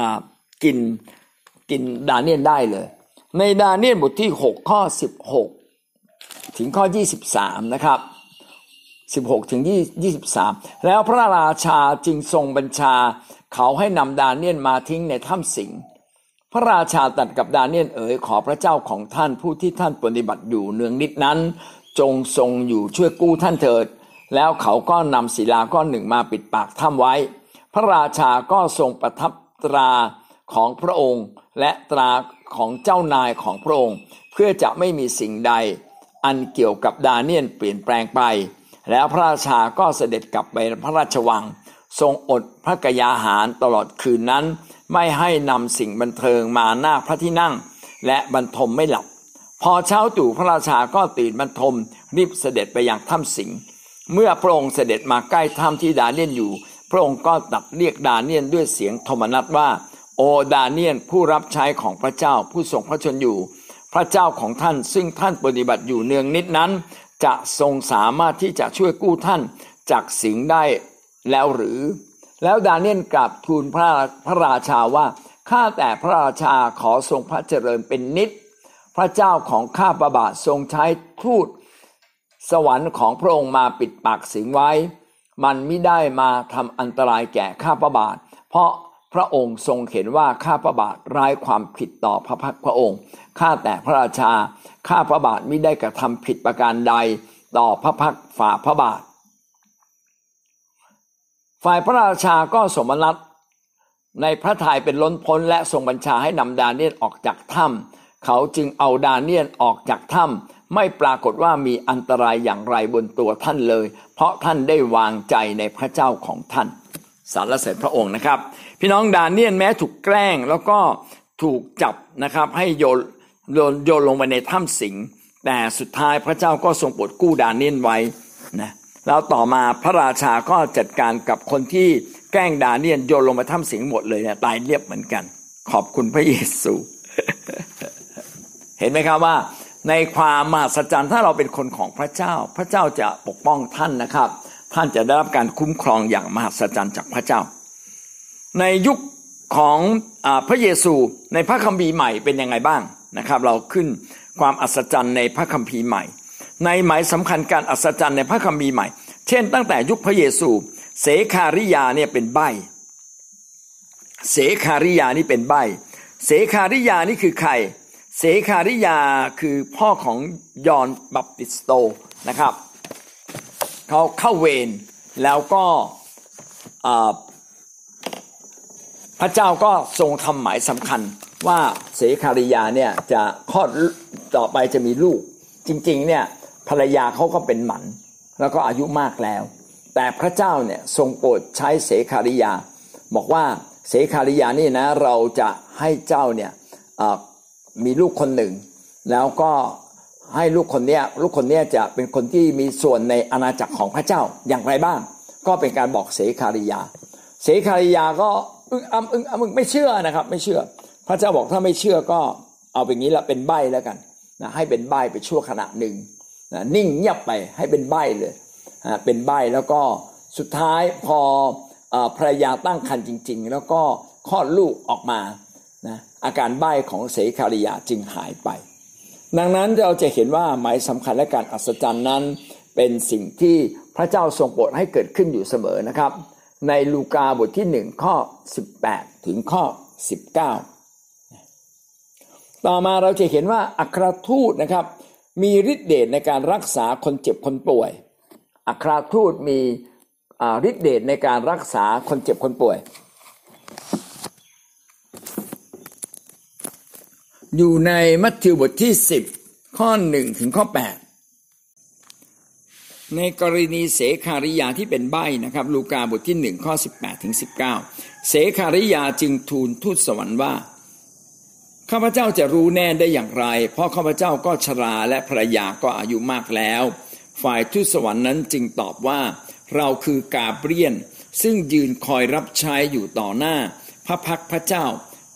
กินดาเนียลได้เลยในดาเนียลบทที่6ข้อ16ถึงข้อ23นะครับ16ถึง23แล้วพระราชาจึงทรงบัญชาเขาให้นำดาเนียลมาทิ้งในถ้ำสิงพระราชาตรัสกับดาเนียลขอพระเจ้าของท่านผู้ที่ท่านปฏิบัติอยู่เนืองนิดนั้นจงทรงอยู่ช่วยกู้ท่านเถิดแล้วเขาก็นำศิลาก้อนหนึ่งมาปิดปากถ้ำไว้พระราชาก็ทรงประทับตราของพระองค์และตราของเจ้านายของพระองค์เพื่อจะไม่มีสิ่งใดอันเกี่ยวกับดาเนียลเปลี่ยนแปลงไปแล้วพระราชาก็เสด็จกลับไปพระราชวังทรงอดพระกยาหารตลอดคืนนั้นไม่ให้นำสิ่งบันเทิงมาหน้าพระที่นั่งและบรรทมไม่หลับพอเช้าตรู่พระราชาก็ตื่นบรรทมรีบเสด็จไปยังถ้ำสิงเมื่อพระองค์เสด็จมาใกล้ถ้ำที่ดาเนียลอยู่พระองค์ก็ตรัสเรียกดาเนียลด้วยเสียงโทมนัสว่าโอดาเนียลผู้รับใช้ของพระเจ้าผู้ทรงพระชนอยู่พระเจ้าของท่านซึ่งท่านปฏิบัติอยู่เนืองนิดนั้นจะทรงสามารถที่จะช่วยกู้ท่านจากสิงได้แล้วหรือแล้วดาเนียลกราบทูลพระราชาว่าข้าแต่พระราชาขอทรงพระเจริญเป็นนิจพระเจ้าของข้าพระบาททรงใช้ทูตสวรรค์ของพระองค์มาปิดปากสิงไว้มันมิได้มาทำอันตรายแก่ข้าพระบาทเพราะพระองค์ทรงเห็นว่าข้าพระบาทร้ายความผิดต่อพระพักพระองค์ข้าแต่พระราชาข้าพระบาทมิได้กระทำผิดประการใดต่อพระพักฝ่าพระบาทฝ่ายพระราชาก็สมนัสในพระทัยเป็นล้นพ้นและทรงบัญชาให้นำดาเนียลออกจากถ้ำเขาจึงเอาดาเนียลออกจากถ้ำไม่ปรากฏว่ามีอันตรายอย่างไรบนตัวท่านเลยเพราะท่านได้วางใจในพระเจ้าของท่านสรรเสริญพระองค์นะครับพี่น้องดาเนียลแม้ถูกแกล้งแล้วก็ถูกจับนะครับให้โยนลงไปในถ้ำสิงแต่สุดท้ายพระเจ้าก็ทรงโปรดกู้ดาเนียลไว้นะแล้วต่อมาพระราชาก็จัดการกับคนที่แกล้งดาเนียลโยนลงมาถ้ำสิงหมดเลยเนี่ยตายเรียบเหมือนกันขอบคุณพระเยซู เห็นไหมครับว่าในความมหัศจรรย์ถ้าเราเป็นคนของพระเจ้าพระเจ้าจะปกป้องท่านนะครับท่านจะได้รับการคุ้มครองอย่างมหัศจรรย์จากพระเจ้าในยุคของพระเยซูในพระคัมภีร์ใหม่เป็นยังไงบ้างนะครับเราขึ้นความอัศจรรย์ในพระคัมภีร์ใหม่ในหมายสำคัญการอัศจรรย์ในพระคัมภีร์ใหม่เช่นตั้งแต่ยุคพระเยซูเสคาริยาเนี่ยเป็นใบ้เสคาริยานี่เป็นใบ้เสคาริยานี่คือใครเสคาริยาคือพ่อของยอห์นบัพติสโตนะครับเขาเข้าเวรแล้วก็พระเจ้าก็ทรงทำหมายสำคัญว่าเสคาริยาเนี่ยจะคลอดต่อไปจะมีลูกจริงๆเนี่ยภรรยาเขาก็เป็นหมันแล้วก็อายุมากแล้วแต่พระเจ้าเนี่ยทรงโปรดใช้เสคาริยาบอกว่าเสคาริยานี่นะเราจะให้เจ้าเนี่ยมีลูกคนหนึ่งแล้วก็ให้ลูกคนนี้จะเป็นคนที่มีส่วนในอาณาจักรของพระเจ้าอย่างไรบ้างก็เป็นการบอกเสคาริยาเสคาริยาก็อึ้งอ้ำไม่เชื่อนะครับไม่เชื่อพระเจ้าบอกถ้าไม่เชื่อก็เอาเป็นงี้ละเป็นใบ้แล้วกันนะให้เป็นใบ้ไปชั่วขณะหนึ่งนะนิ่งเงียบไปให้เป็นใบ้เลยเป็นใบ้แล้วก็สุดท้ายพอภรรยาตั้งครรภ์จริงๆแล้วก็คลอดลูกออกมานะอาการใบ้ของเสคาริยาจึงหายไปดังนั้นเราจะเห็นว่าหมายสำคัญและการอัศจรรย์นั้นเป็นสิ่งที่พระเจ้าทรงโปรดให้เกิดขึ้นอยู่เสมอนะครับในลูกาบทที่1ข้อ18ถึงข้อ19ต่อมาเราจะเห็นว่าอัครทูตนะครับมีฤทธิ์เดชในการรักษาคนเจ็บคนป่วยอัครทูตมีฤทธิ์เดชในการรักษาคนเจ็บคนป่วยอยู่ในมัทธิวบทที่10ข้อ1ถึงข้อ8ในกรณีเสคาริยาที่เป็นใบ้นะครับลูกาบทที่1ข้อ18ถึง19เสคาริยาจึงทูลทูตสวรรค์ว่าข้าพเจ้าจะรู้แน่ได้อย่างไรเพราะข้าพเจ้าก็ชราและภรรยาก็อายุมากแล้วฝ่ายทูตสวรรค์นั้นจึงตอบว่าเราคือกาเบรียลซึ่งยืนคอยรับใช้อยู่ต่อหน้าพระพักพระเจ้า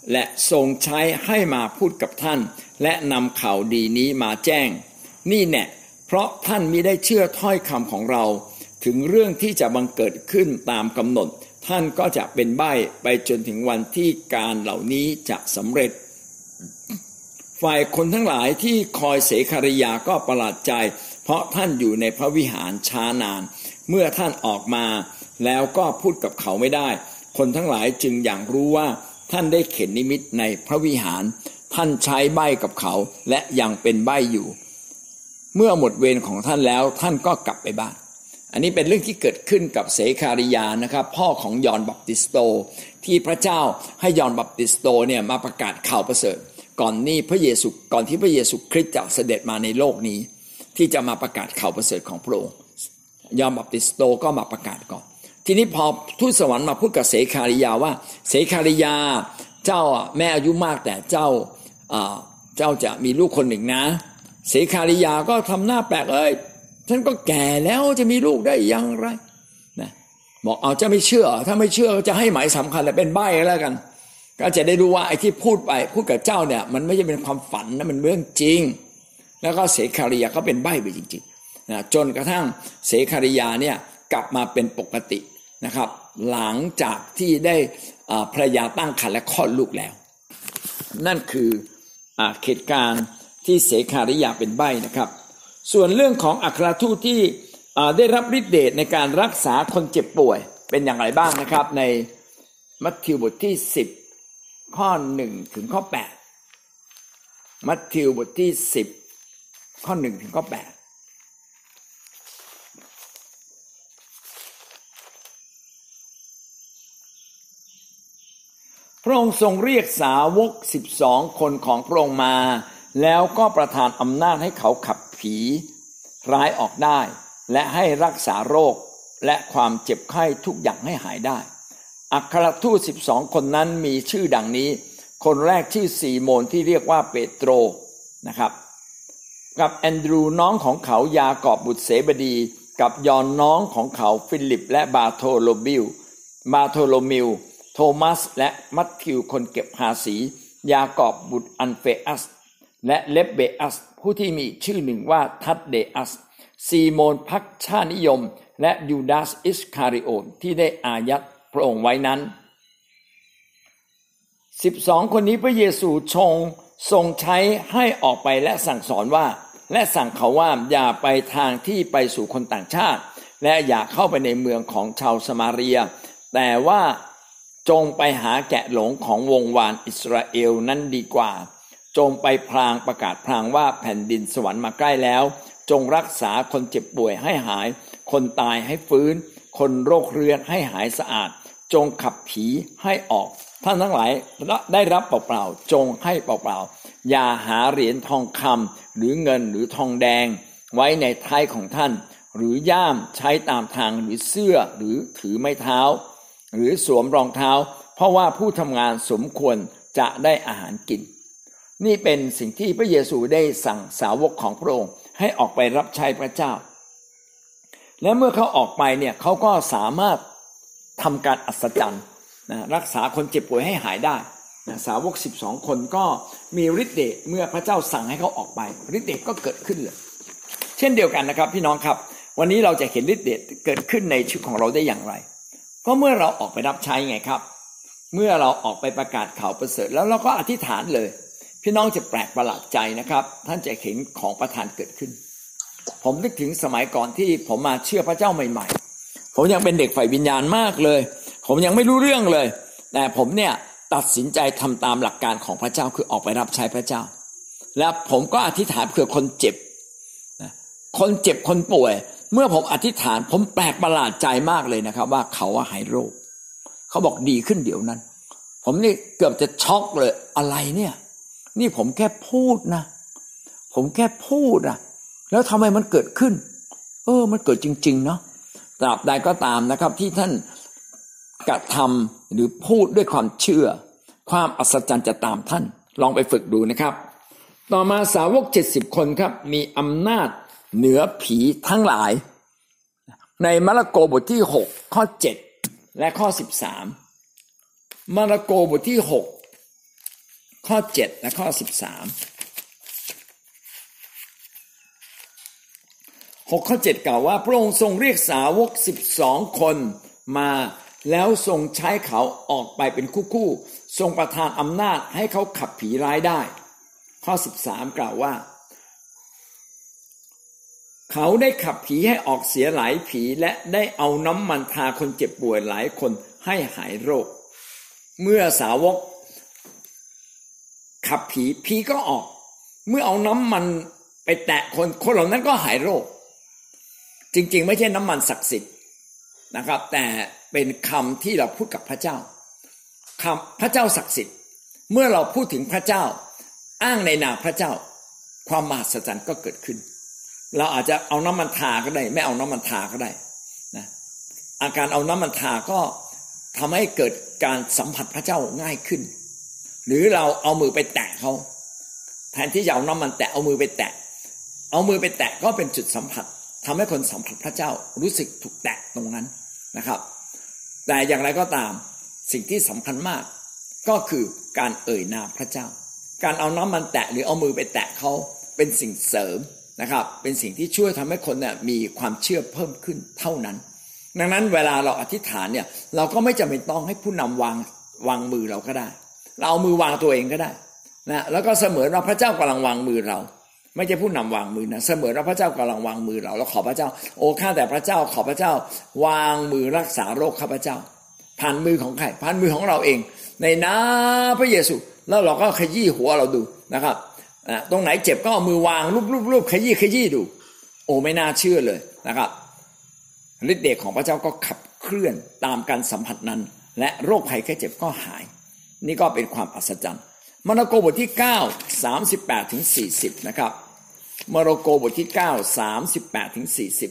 และทรงใช้ให้มาพูดกับท่านและนำข่าวดีนี้มาแจ้งนี่แน่เพราะท่านมิได้เชื่อถ้อยคำของเราถึงเรื่องที่จะบังเกิดขึ้นตามกำหนดท่านก็จะเป็นใบ้ไปจนถึงวันที่การเหล่านี้จะสำเร็จฝ่ายคนทั้งหลายที่คอยเสคาริยาก็ประหลาดใจเพราะท่านอยู่ในพระวิหารช้านานเมื่อท่านออกมาแล้วก็พูดกับเขาไม่ได้คนทั้งหลายจึงอย่างรู้ว่าท่านได้เข็นนิมิตในพระวิหารท่านใช้ใบ้กับเขาและยังเป็นใบ้อยู่เมื่อหมดเวรของท่านแล้วท่านก็กลับไปบ้านอันนี้เป็นเรื่องที่เกิดขึ้นกับเสคาริยานะครับพ่อของยอห์นบัพติสโตที่พระเจ้าให้ยอห์นบัพติสโตเนี่ยมาประกาศข่าวประเสริฐก่อนที่พระเยซูคริสต์จะเสด็จมาในโลกนี้ที่จะมาประกาศข่าวประเสริฐของพระองค์ยอห์นบัพติสโตก็มาประกาศก่อนทีนี้พอทูตสวรรค์มาพูดกับเสคาริยาว่าเสคาริยาเจ้าแม่อายุมากแต่เจ้าจะมีลูกคนหนึ่งนะเสคาริยาก็ทำหน้าแปลกฉันก็แก่แล้วจะมีลูกได้อย่างไรนะบอกเอาจะไม่เชื่อถ้าไม่เชื่อจะให้หมายสำคัญและเป็นใบ้แล้วกันก็จะได้รู้ว่าไอ้ที่พูดกับเจ้าเนี่ยมันไม่ใช่เป็นความฝันนะมันเรื่องจริงแล้วก็เสคาริยาก็เป็นใบ้ไปจริงๆนะจนกระทั่งเสคาริยาเนี่ยกลับมาเป็นปกตินะครับหลังจากที่ได้ภรรยาตั้งครรภ์และคลอดลูกแล้วนั่นคือเหตุการณ์ที่เสคาริยาเป็นใบ้นะครับส่วนเรื่องของอัครทูตที่ได้รับฤทธิ์เดชในการรักษาคนเจ็บป่วยเป็นอย่างไรบ้างนะครับในมัทธิวบทที่10ข้อ1ถึงข้อ8มัทธิวบทที่10ข้อ1ถึงข้อ8พระองค์ทรงเรียกสาวก12คนของพระองค์มาแล้วก็ประทานอำนาจให้เขาขับผีร้ายออกได้และให้รักษาโรคและความเจ็บไข้ทุกอย่างให้หายได้อัครทูต12คนนั้นมีชื่อดังนี้คนแรกชื่อซีโมนที่เรียกว่าเปโตรนะครับกับแอนดรูน้องของเขายากอบบุตรเสบดีกับยอห์นน้องของเขาฟิลิปและบาโทโลมิวโทมัสและมัทธิวคนเก็บภาษียากอบบุตรอันเฟอัสและเลบเบอัสผู้ที่มีชื่อหนึ่งว่าทัดเดอัสซีโมนพรรคชาตินิยมและยูดาสอิสคาริโอตที่ได้อายัดพระองค์ไว้นั้น12คนนี้พระเยซูทรงใช้ให้ออกไปและสั่งสอนว่าและสั่งเขาว่าอย่าไปทางที่ไปสู่คนต่างชาติและอย่าเข้าไปในเมืองของชาวสมาเรียแต่ว่าจงไปหาแกะหลงของวงวานอิสราเอลนั้นดีกว่าจงไปพลางประกาศพลางว่าแผ่นดินสวรรค์มาใกล้แล้วจงรักษาคนเจ็บป่วยให้หายคนตายให้ฟื้นคนโรคเรื้อนให้หายสะอาดจงขับผีให้ออกท่านทั้งหลายได้รับเปล่าๆจงให้เปล่าๆอย่าหาเหรียญทองคำหรือเงินหรือทองแดงไว้ในท้ายของท่านหรือย่ามใช้ตามทางหรือเสื้อหรือถือไม้เท้าหรือสวมรองเท้าเพราะว่าผู้ทำงานสมควรจะได้อาหารกินนี่เป็นสิ่งที่พระเยซูได้สั่งสาวกของพระองค์ให้ออกไปรับใช้พระเจ้าและเมื่อเขาออกไปเนี่ยเขาก็สามารถทำการอัศจรรย์รักษาคนเจ็บป่วยให้หายได้สาวก12คนก็มีฤทธิ์เดชเมื่อพระเจ้าสั่งให้เขาออกไปฤทธิ์เดชก็เกิดขึ้นเลยเช่นเดียวกันนะครับพี่น้องครับวันนี้เราจะเห็นฤทธิ์เดชเกิดขึ้นในชีวิตของเราได้อย่างไรก็เมื่อเราออกไปรับใช้ไงครับเมื่อเราออกไปประกาศข่าวประเสริฐแล้วเราก็อธิษฐานเลยพี่น้องจะแปลกประหลาดใจนะครับท่านจะเห็นของประทานเกิดขึ้นผมนึกถึงสมัยก่อนที่ผมมาเชื่อพระเจ้าใหม่ๆผมยังเป็นเด็กฝ่ายวิญญาณมากเลยผมยังไม่รู้เรื่องเลยแต่ผมเนี่ยตัดสินใจทำตามหลักการของพระเจ้าคือออกไปรับใช้พระเจ้าและผมก็อธิษฐานเพื่อคนเจ็บคนป่วยเมื่อผมอธิษฐานผมแปลกประหลาดใจมากเลยนะครับว่าเขาหายโรคเขาบอกดีขึ้นเดี๋ยวนั้นผมนี่เกือบจะช็อกเลยอะไรเนี่ยนี่ผมแค่พูดนะแล้วทำไมมันเกิดขึ้นมันเกิดจริงๆเนาะตราบใดก็ตามนะครับที่ท่านกระทำหรือพูดด้วยความเชื่อความอัศจรรย์จะตามท่านลองไปฝึกดูนะครับต่อมาสาวก70คนครับมีอำนาจเหนือผีทั้งหลายในมาระโกบทที่6ข้อ7และข้อ13มาระโกบทที่ข้อ7และข้อ13 6 ข้อ 7กล่าวว่าพระองค์ทรงเรียกสาวก12 คนมาแล้วทรงใช้เขาออกไปเป็นคู่ๆทรงประทานอำนาจให้เขาขับผีร้ายได้ข้อ13กล่าวว่าเขาได้ขับผีให้ออกเสียหลายผีและได้เอาน้ำมันทาคนเจ็บป่วยหลายคนให้หายโรคเมื่อสาวกขับผีก็ออกเมื่อเอาน้ำมันไปแตะคนเหล่านั้นก็หายโรคจริงๆไม่ใช่น้ำมันศักดิ์สิทธิ์นะครับแต่เป็นคำที่เราพูดกับพระเจ้าคำพระเจ้าศักดิ์สิทธิ์เมื่อเราพูดถึงพระเจ้าอ้างในนามพระเจ้าความมหัศจรรย์ก็เกิดขึ้นเราอาจจะเอาน้ำมันทาก็ได้ไม่เอาน้ำมันทาก็ได้นะอาการเอาน้ำมันทาก็ทำให้เกิดการสัมผัสพระเจ้าง่ายขึ้นหรือเราเอามือไปแตะเขาแทนที่จะเอาน้ำมันแตะเอามือไปแตะก็เป็นจุดสัมผัสทำให้คนสัมผัสพระเจ้ารู้สึกถูกแตะตรงนั้นนะครับแต่อย่างไรก็ตามสิ่งที่สำคัญมากก็คือการเอ่ยนามพระเจ้าการเอาน้ำมันแตะหรือเอามือไปแตะเขาเป็นสิ่งเสริมนะครับเป็นสิ่งที่ช่วยทำให้คนเนี่ยมีความเชื่อเพิ่มขึ้นเท่านั้นดังนั้นเวลาเราอธิษฐานเนี่ยเราก็ไม่จำเป็นต้องให้ผู้นำวางมือเราก็ได้เราเอามือวางตัวเองก็ได้นะแล้วก็เสมือนว่าพระเจ้ากำลังวางมือเราไม่ใช่ผู้นำวางมือนะเสมือนว่าพระเจ้ากำลังวางมือเราแล้วขอพระเจ้าโอ้ข้าแต่พระเจ้าขอพระเจ้าวางมือรักษาโรคข้าพเจ้าผ่านมือของใครผ่านมือของเราเองในนามพระเยซูแล้วเราก็ขยี้หัวเราดูนะครับตรงไหนเจ็บก็เอามือวางรูปขยี้ดูโอ้ไม่น่าเชื่อเลยนะครับฤทธิ์เดชของพระเจ้าก็ขับเคลื่อนตามการสัมผัสนั้นและโรคภัยแค่เจ็บก็หายนี่ก็เป็นความอัศจรรย์มาระโกบทที่9 38ถึง40นะครับมาระโกบทที่9 38ถึง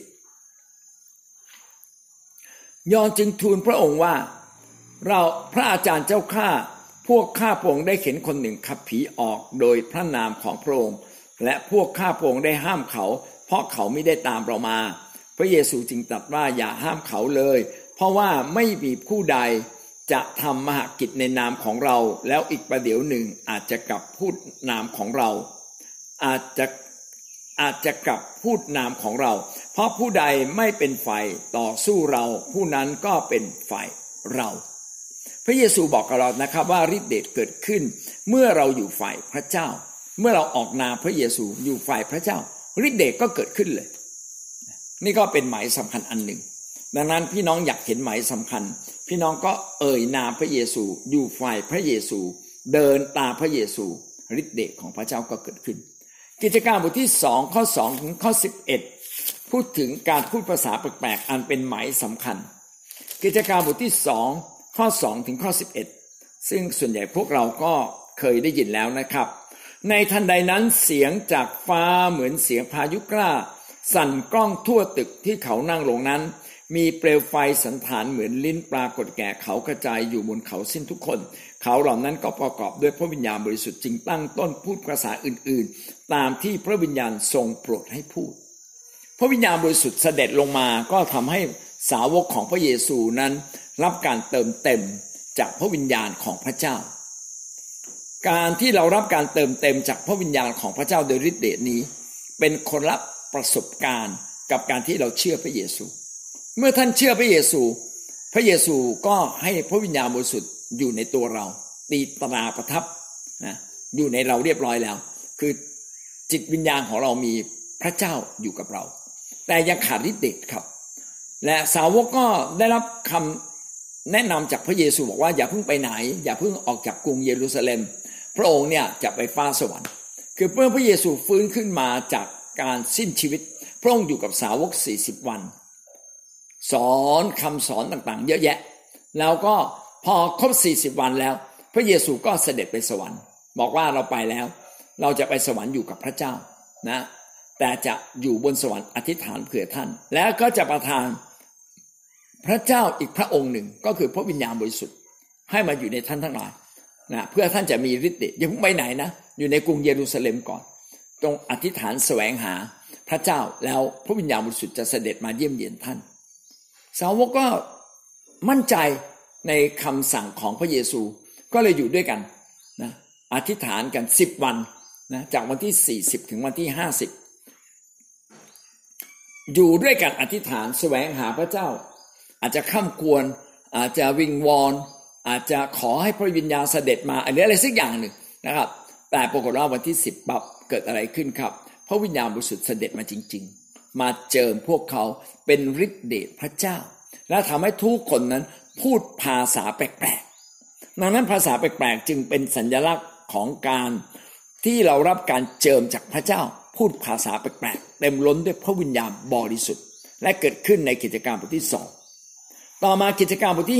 40ยอห์นจึงทูลพระองค์ว่าเราพระอาจารย์เจ้าข้าพวกข้าพระองค์ได้เห็นคนหนึ่งขับผีออกโดยพระนามของพระองค์และพวกข้าพระองค์ได้ห้ามเขาเพราะเขาไม่ได้ตามเรามาพระเยซูจึงตรัสว่าอย่าห้ามเขาเลยเพราะว่าไม่มีผู้ใดจะทำมหกิจในนามของเราแล้วอีกประเดี๋ยวหนึ่งอาจจะกลับพูดนามของเราอาจจะกลับพูดนามของเราเพราะผู้ใดไม่เป็นฝ่ายต่อสู้เราผู้นั้นก็เป็นฝ่ายเราพระเยซูบอกกับเรานะครับว่าฤทธิ์เดชเกิดขึ้นเมื่อเราอยู่ฝ่ายพระเจ้าเมื่อเราออกนามพระเยซูอยู่ฝ่ายพระเจ้าฤทธิ์เดชก็เกิดขึ้นเลยนี่ก็เป็นหมายสำคัญอันหนึ่งดังนั้นพี่น้องอยากเห็นหมายสำคัญพี่น้องก็เอ่ยนามพระเยซูอยู่ฝ่ายพระเยซูเดินตามพระเยซูฤทธิ์เดชของพระเจ้าก็เกิดขึ้นกิจการบทที่2ข้อ2ถึงข้อ11พูดถึงการพูดภาษาแปลกๆอันเป็นหมายสำคัญกิจการบทที่2ข้อ2ถึงข้อ11ซึ่งส่วนใหญ่พวกเราก็เคยได้ยินแล้วนะครับในทันใดนั้นเสียงจากฟ้าเหมือนเสียงพายุกล้าสั่นกล้องทั่วตึกที่เขานั่งลงนั้นมีเปลวไฟสันฐานเหมือนลิ้นปรากฏแก่เขากระจายอยู่บนเขาสิ้นทุกคนเขาเหล่านั้นก็ประกอบด้วยพระวิญญาณบริสุทธิ์จึงตั้งต้นพูดภาษาอื่นๆตามที่พระวิญญาณทรงโปรดให้พูดพระวิญญาณบริสุทธิ์เสด็จลงมาก็ทำให้สาวกของพระเยซูนั้นรับการเติมเต็มจากพระวิญญาณของพระเจ้าการที่เรารับการเติมเต็มจากพระวิญญาณของพระเจ้าโดยฤทธิ์เดชนี้เป็นคนละประสบการณ์กับการที่เราเชื่อพระเยซูเมื่อท่านเชื่อพระเยซูพระเยซูก็ให้พระวิญญาณบริสุทธิ์อยู่ในตัวเราตีตราประทับนะอยู่ในเราเรียบร้อยแล้วคือจิตวิญญาณของเรามีพระเจ้าอยู่กับเราแต่ยังขาดฤทธิ์เดชครับและสาวกก็ได้รับคำแนะนำจากพระเยซูบอกว่าอย่าเพิ่งไปไหนอย่าเพิ่งออกจากกรุงเยรูซาเล็มพระองค์เนี่ยจะไปฟ้าสวรรค์คือเมื่อพระเยซูฟื้นขึ้นมาจากการสิ้นชีวิตพระองค์อยู่กับสาวก40วันสอนคำสอนต่างๆเยอะแยะแล้วก็พอครบ40วันแล้วพระเยซูก็เสด็จไปสวรรค์บอกว่าเราไปแล้วเราจะไปสวรรค์อยู่กับพระเจ้านะแต่จะอยู่บนสวรรค์อธิษฐานเผื่อท่านแล้วก็จะประทานพระเจ้าอีกพระองค์หนึ่งก็คือพระวิญญาณบริสุทธิ์ให้มาอยู่ในท่านทั้งหลายนะเพื่อท่านจะมีฤทธิ์เดชอย่าเพิ่งไปไหนนะอยู่ในกรุงเยรูซาเล็มก่อนตรงอธิษฐานแสวงหาพระเจ้าแล้วพระวิญญาณบริสุทธิ์จะเสด็จมาเยี่ยมเยียนท่านสาวกก็มั่นใจในคำสั่งของพระเยซูก็เลยอยู่ด้วยกันนะอธิษฐานกัน10 วันนะจากวันที่40ถึงวันที่50อยู่ด้วยกันอธิษฐานแสวงหาพระเจ้าอาจจะข้ามควรอาจจะวิงวอนอาจจะขอให้พระวิญญาณเสด็จมาอะไรสักอย่างหนึ่งนะครับแต่ปรากฏว่าวันที่10ปั๊บเกิดอะไรขึ้นครับพระวิญญาณบริสุทธิ์เสด็จมาจริงๆมาเจิมพวกเขาเป็นฤทธิ์เดชพระเจ้าและทำให้ทุกคนนั้นพูดภาษาแปลกๆดังนั้นภาษาแปลกๆจึงเป็นสัญลักษณ์ของการที่เรารับการเจิมจากพระเจ้าพูดภาษาแปลกๆเต็มล้นด้วยพระวิญญาณบริสุทธิ์และเกิดขึ้นในกิจการบทที่2ต่อมากิจการบทที่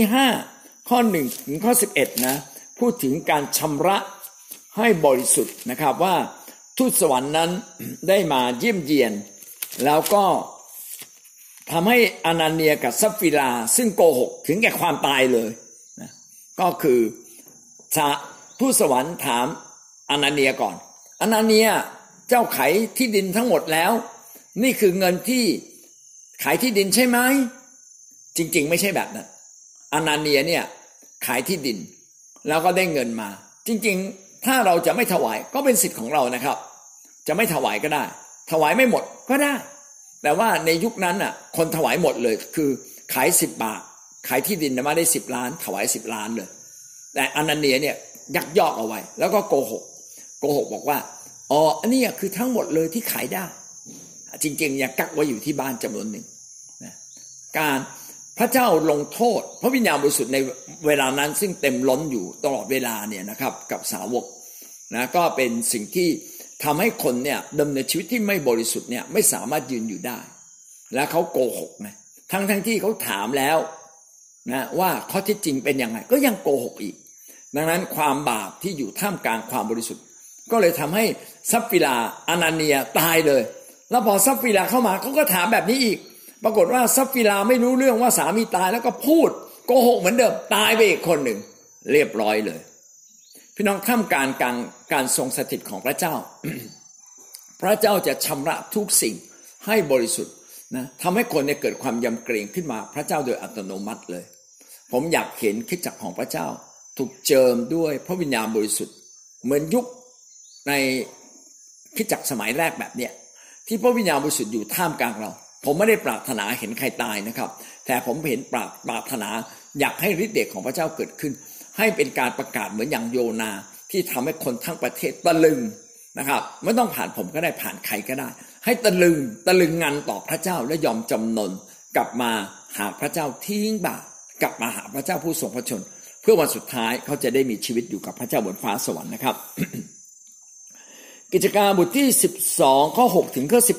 5ข้อ1ถึงข้อ11นะพูดถึงการชำระให้บริสุทธิ์นะครับว่าทูตสวรรค์นั้นได้มาเยี่ยมเยียนแล้วก็ทำให้อานาเนียกับซัฟฟิราซึ่งโกหกถึงแก่ความตายเลยนะก็คือทูตสวรรค์ถามอานาเนียก่อนอานาเนียเจ้าขายที่ดินทั้งหมดแล้วนี่คือเงินที่ขายที่ดินใช่ไหมจริงๆไม่ใช่แบบนั้นอานาเนียเนี่ยขายที่ดินแล้วก็ได้เงินมาจริงๆถ้าเราจะไม่ถวายก็เป็นสิทธิ์ของเรานะครับจะไม่ถวายก็ได้ถวายไม่หมดก็ได้แต่ว่าในยุคนั้นน่ะคนถวายหมดเลยคือขาย10 บาทขายที่ดินมาได้10 ล้านถวาย10 ล้านเลยแต่อานาเนียเนี่ยยักยอกเอาไว้แล้วก็โกหกบอกว่าอ๋ออันนี้คือทั้งหมดเลยที่ขายได้จริงๆยังกักไว้อยู่ที่บ้านจำนวนหนึ่งนะการพระเจ้าลงโทษพระวิญญาณบริสุทธิ์ในเวลานั้นซึ่งเต็มล้นอยู่ตลอดเวลาเนี่ยนะครับกับสาวกนะก็เป็นสิ่งที่ทำให้คนเนี่ยดำเนินชีวิตที่ไม่บริสุทธิ์เนี่ยไม่สามารถยืนอยู่ได้และเขาโกหกนะทั้งที่เขาถามแล้วนะว่าข้อเท็จจริงเป็นยังไงก็ยังโกหกอีกดังนั้นความบาปที่อยู่ท่ามกลางความบริสุทธิ์ก็เลยทำให้ซัฟฟิราอานาเนียตายเลยแล้วพอซัฟฟิราเข้ามาเขาก็ถามแบบนี้อีกปรากฏว่าซัฟฟิราไม่รู้เรื่องว่าสามีตายแล้วก็พูดโกหกเหมือนเดิมตายไปอีกคนหนึ่งเรียบร้อยเลยพี่น้องท่ามกลางการทรงสถิตของพระเจ้า พระเจ้าจะชำระทุกสิ่งให้บริสุทธิ์นะทำให้คนเนี่ยเกิดความยำเกรงขึ้นมาพระเจ้าโดยอัตโนมัติเลยผมอยากเห็นคริสตจักรของพระเจ้าถูกเจิมด้วยพระวิญญาณบริสุทธิ์เหมือนยุคในคริสตจักรสมัยแรกแบบเนี้ยที่พระวิญญาณบริสุทธิ์อยู่ท่ามกลางเราผมไม่ได้ปรารถนาเห็นใครตายนะครับแต่ผมเห็นปรารถนาอยากให้ฤทธิ์เดชของพระเจ้าเกิดขึ้นให้เป็นการประกาศเหมือนอย่างโยนาที่ทำให้คนทั้งประเทศตะลึงนะครับไม่ต้องผ่านผมก็ได้ผ่านใครก็ได้ให้ตะลึงงันต่อพระเจ้าและยอมจำนนกลับมาหาพระเจ้าทิ้งบาปกลับมาหาพระเจ้าผู้ทรงพระชนเพื่อวันสุดท้ายเขาจะได้มีชีวิตอยู่กับพระเจ้าบนฟ้าสวรรค์นะครับ กิจการบทที่12ข้อ6ถึงข้อ11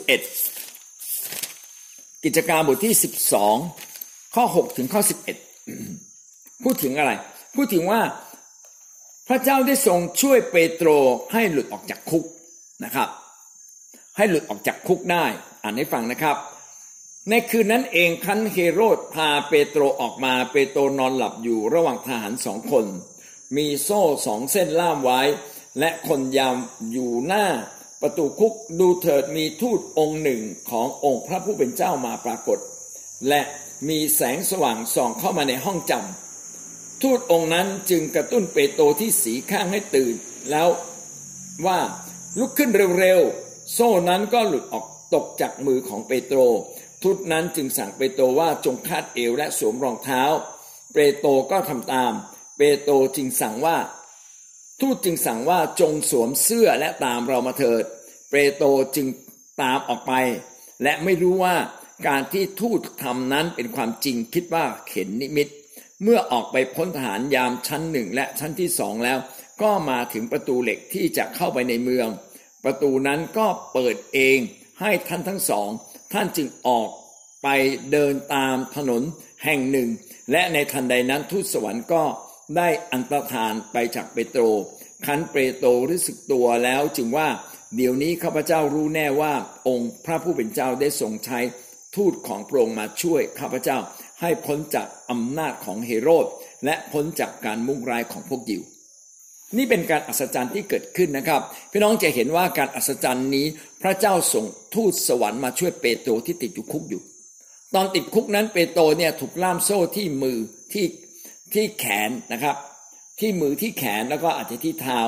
กิจการบทที่12ข้อ6ถึงข้อ11พูดถึงอะไรพูดถึงว่าพระเจ้าได้ทรงช่วยเปโตรให้หลุดออกจากคุกนะครับให้หลุดออกจากคุกได้อ่านให้ฟังนะครับในคืนนั้นเองครั้นเฮโรดพาเปโตรออกมาเปโตรนอนหลับอยู่ระหว่างทหาร2 คนมีโซ่2 เส้นล่ามไว้และคนยามอยู่หน้าประตูคุกดูเถิดมีทูตองค์หนึ่งขององค์พระผู้เป็นเจ้ามาปรากฏและมีแสงสว่างส่องเข้ามาในห้องจำทูตองค์นั้นจึงกระตุ้นเปโตรที่สีข้างให้ตื่นแล้วว่าลุกขึ้นเร็วๆโซ่นั้นก็หลุดออกตกจากมือของเปโตรทูตนั้นจึงสั่งเปโตรว่าจงคาดเอวและสวมรองเท้าเปโตรก็ทำตามเปโตรจึงสั่งว่าทูตจึงสั่งว่าจงสวมเสื้อและตามเรามาเถิดเปโตรจึงตามออกไปและไม่รู้ว่าการที่ทูตทำนั้นเป็นความจริงคิดว่าเห็นนิมิตเมื่อออกไปพ้นทหารยามชั้น1และชั้นที่2แล้วก็มาถึงประตูเหล็กที่จะเข้าไปในเมืองประตูนั้นก็เปิดเองให้ท่านทั้งสองท่านจึงออกไปเดินตามถนนแห่งหนึ่งและในทันใดนั้นทูตสวรรค์ก็ได้อันตรธานไปจากเปโตรครั้นเปโตรรู้สึกตัวแล้วจึงว่าเดี๋ยวนี้ข้าพเจ้ารู้แน่ว่าองค์พระผู้เป็นเจ้าได้ทรงใช้ทูตของพระองค์มาช่วยข้าพเจ้าให้พ้นจากอำนาจของเฮโรดและพ้นจากการมุ่งร้ายของพวกยิวนี่เป็นการอัศจรรย์ที่เกิดขึ้นนะครับพี่น้องจะเห็นว่าการอัศจรรย์นี้พระเจ้าส่งทูตสวรรค์มาช่วยเปโตรที่ติดอยู่คุกอยู่ตอนติดคุกนั้นเปโตรเนี่ยถูกล่ามโซ่ที่มือที่แขนนะครับที่มือที่แขนแล้วก็อาจจะที่เท้า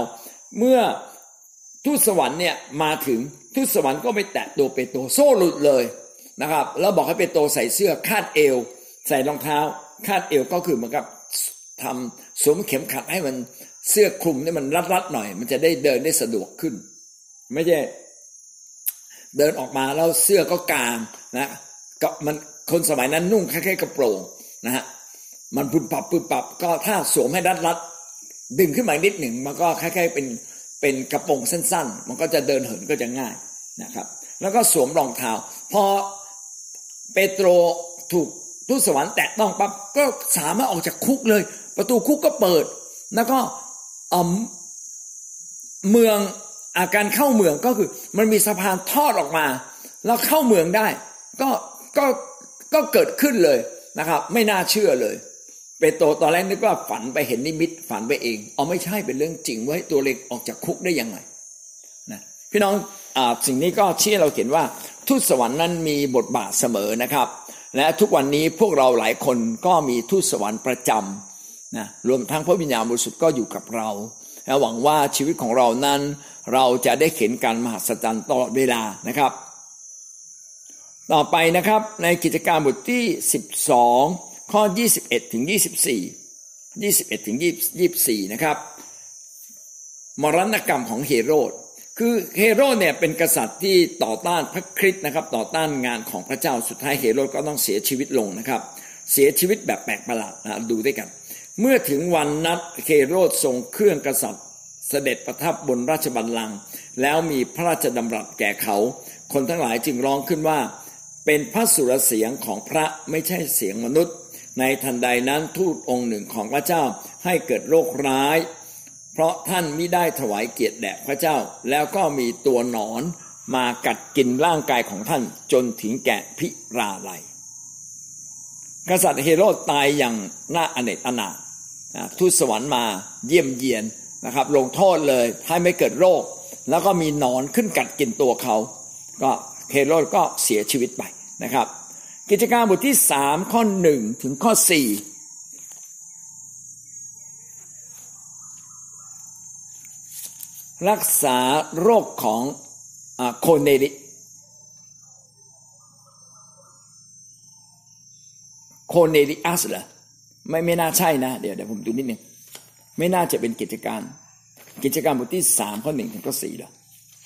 เมื่อทูตสวรรค์เนี่ยมาถึงทูตสวรรค์ก็ไปแตะตัวเปโตรโซ่หลุดเลยนะครับแล้วบอกให้เปโตรใส่เสื้อคาดเอวใส่รองเท้าคาดเอวก็คือเหมือนกับทำสวมเข็มขัดให้มันเสื้อคลุมนี่มันรัดๆหน่อยมันจะได้เดินได้สะดวกขึ้นไม่ใช่เดินออกมาแล้วเสื้อก็กางนะก็มันคนสมัยนั้นนุ่งแค่กระโปรงนะฮะมันปุบปับก็ถ้าสวมให้รัดดึงขึ้นมานิดหนึ่งมันก็คล้ายๆเป็นกระโปรงสั้นๆมันก็จะเดินเหินก็จะง่ายนะครับแล้วก็สวมรองเท้าพอเปโตรถูกทูตสวรรค์แตะต้องปั๊บก็สามารถออกจากคุกเลยประตูคุกก็เปิดแล้วก็เมืองอาการเข้าเมืองก็คือมันมีสะพานทอดออกมาแล้วเข้าเมืองได้ก็เกิดขึ้นเลยนะครับไม่น่าเชื่อเลยเปโตรตอนแรกนึกว่าฝันไปเห็นนิมิตฝันไปเองไม่ใช่เป็นเรื่องจริงว่าตัวเล็กออกจากคุกได้ยังไงนะพี่น้องสิ่งนี้ก็ชี้เราเห็นว่าทูตสวรรค์นั้นมีบทบาทเสมอนะครับและทุกวันนี้พวกเราหลายคนก็มีทูตสวรรค์ประจำนะรวมทั้งพระวิญญาณบริสุทธิ์ก็อยู่กับเราและหวังว่าชีวิตของเรานั้นเราจะได้เห็นการมหัศจรรย์ตลอดเวลานะครับต่อไปนะครับในกิจการบทที่12ข้อ21ถึง21ถึง24นะครับมรณกรรมของเฮโรดคือเฮโรดเนี่ยเป็นกษัตริย์ที่ต่อต้านพระคริสต์นะครับต่อต้านงานของพระเจ้าสุดท้ายเฮโรดก็ต้องเสียชีวิตลงนะครับเสียชีวิตแบบแปลกประหลาดนะดูด้วยกันเมื่อถึงวันนัดเฮโรดทรงเครื่องกษัตริย์เสด็จประทับบนราชบัลลังก์แล้วมีพระราชดำรัสแก่เขาคนทั้งหลายจึงร้องขึ้นว่าเป็นพระสุรเสียงของพระไม่ใช่เสียงมนุษย์ในทันใดนั้นทูตองค์หนึ่งของพระเจ้าให้เกิดโรคร้ายเพราะท่านมิได้ถวายเกียรติแด่พระเจ้าแล้วก็มีตัวหนอนมากัดกินร่างกายของท่านจนถึงแก่พิราลัยกษัตริย์เฮโรดตายอย่างน่าอเนจอนาถทูตสวรรค์มาเยี่ยมเยียนนะครับลงโทษเลยให้ไม่เกิดโรคแล้วก็มีหนอนขึ้นกัดกินตัวเขาก็เฮโรดก็เสียชีวิตไปนะครับกิจการบทที่3ข้อ1ถึงข้อ4รักษาโรคของโคเนลิอัสเหรอไม่น่าใช่นะเดี๋ยวผมดูนิดนึงไม่น่าจะเป็นกิจการบทที่3ข้อ1ถึงข้อ4หรอ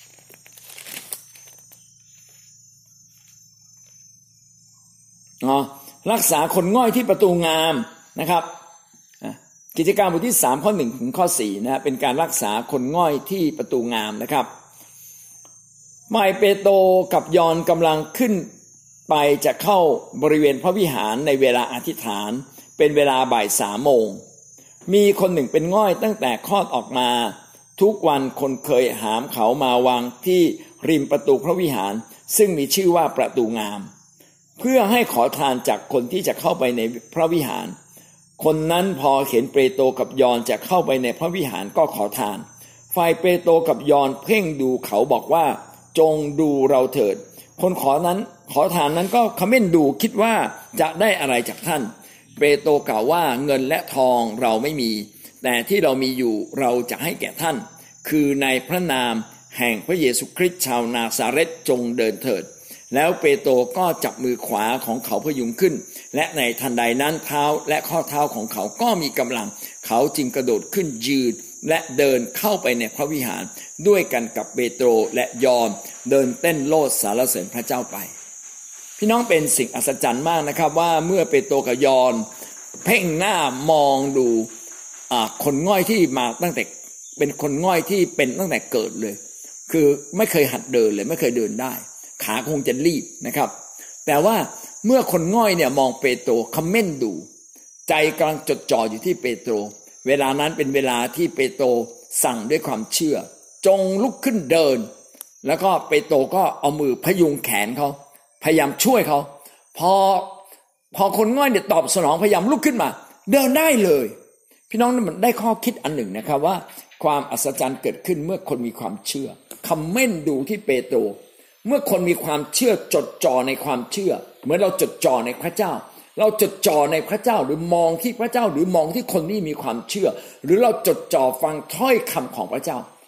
รักษาคนง่อยที่ประตูงามนะครับกิจการบทที่3ข้อ1ถึงข้อ4นะเป็นการรักษาคนง่อยที่ประตูงามนะครับไมเปโตรกับยอห์นกำลังขึ้นไปจะเข้าบริเวณพระวิหารในเวลาอธิษฐานเป็นเวลาบ่าย3 โมงมีคนหนึ่งเป็นง่อยตั้งแต่คลอดออกมาทุกวันคนเคยหามเขามาวางที่ริมประตูพระวิหารซึ่งมีชื่อว่าประตูงามเพื่อให้ขอทานจากคนที่จะเข้าไปในพระวิหารคนนั้นพอเห็นเปโตรกับยอห์นจะเข้าไปในพระวิหารก็ขอทานฝ่ายเปโตรกับยอห์นเพ่งดูเขาบอกว่าจงดูเราเถิดคนขอทานนั้นก็คเม่นดูคิดว่าจะได้อะไรจากท่านเปโตรกล่าวว่าเงินและทองเราไม่มีแต่ที่เรามีอยู่เราจะให้แก่ท่านคือในพระนามแห่งพระเยซูคริสต์ชาวนาซาเรตจงเดินเถิดแล้วเปโตรก็จับมือขวาของเขาพยุงขึ้นและในทันใดนั้นเท้าและข้อเท้าของเขาก็มีกำลังเขาจึงกระโดดขึ้นยืนและเดินเข้าไปในพระวิหารด้วยกันกับเปโตรและยอห์นเดินเต้นโลดสรรเสริญพระเจ้าไปพี่น้องเป็นสิ่งอัศจรรย์มากนะครับว่าเมื่อเปโตรกับยอห์นเพ่งหน้ามองดูคนง่อยที่มาตั้งแต่เป็นคนง่อยที่เป็นตั้งแต่เกิดเลยคือไม่เคยหัดเดินเลยไม่เคยเดินได้ขาคงจะรีบนะครับแต่ว่าเมื่อคนง่อยเนี่ยมองเปโตรคอมเมนต์ดูใจกำลังจดจ่ออยู่ที่เปโตรเวลานั้นเป็นเวลาที่เปโตรสั่งด้วยความเชื่อจงลุกขึ้นเดินแล้วก็เปโตรก็เอามือพยุงแขนเขาพยายามช่วยเขาพอคนง่อยเนี่ยตอบสนองพยายามลุกขึ้นมาเดินได้เลยพี่น้องมันได้ข้อคิดอันหนึ่งนะครับว่าความอัศจรรย์เกิดขึ้นเมื่อคนมีความเชื่อคอมเมนต์ดูที่เปโตรเมื่อคนมีความเชื่อจดจ่อในความเชื่อเหมือนเราจดจ่อในพระเจ้าเราจดจ่อในพระเจ้าหรือมองที่พระเจ้าหรือมองที่คนที่มีความเชื่อหรือเราจดจ่อฟังถ้อยคำของพระเจ้า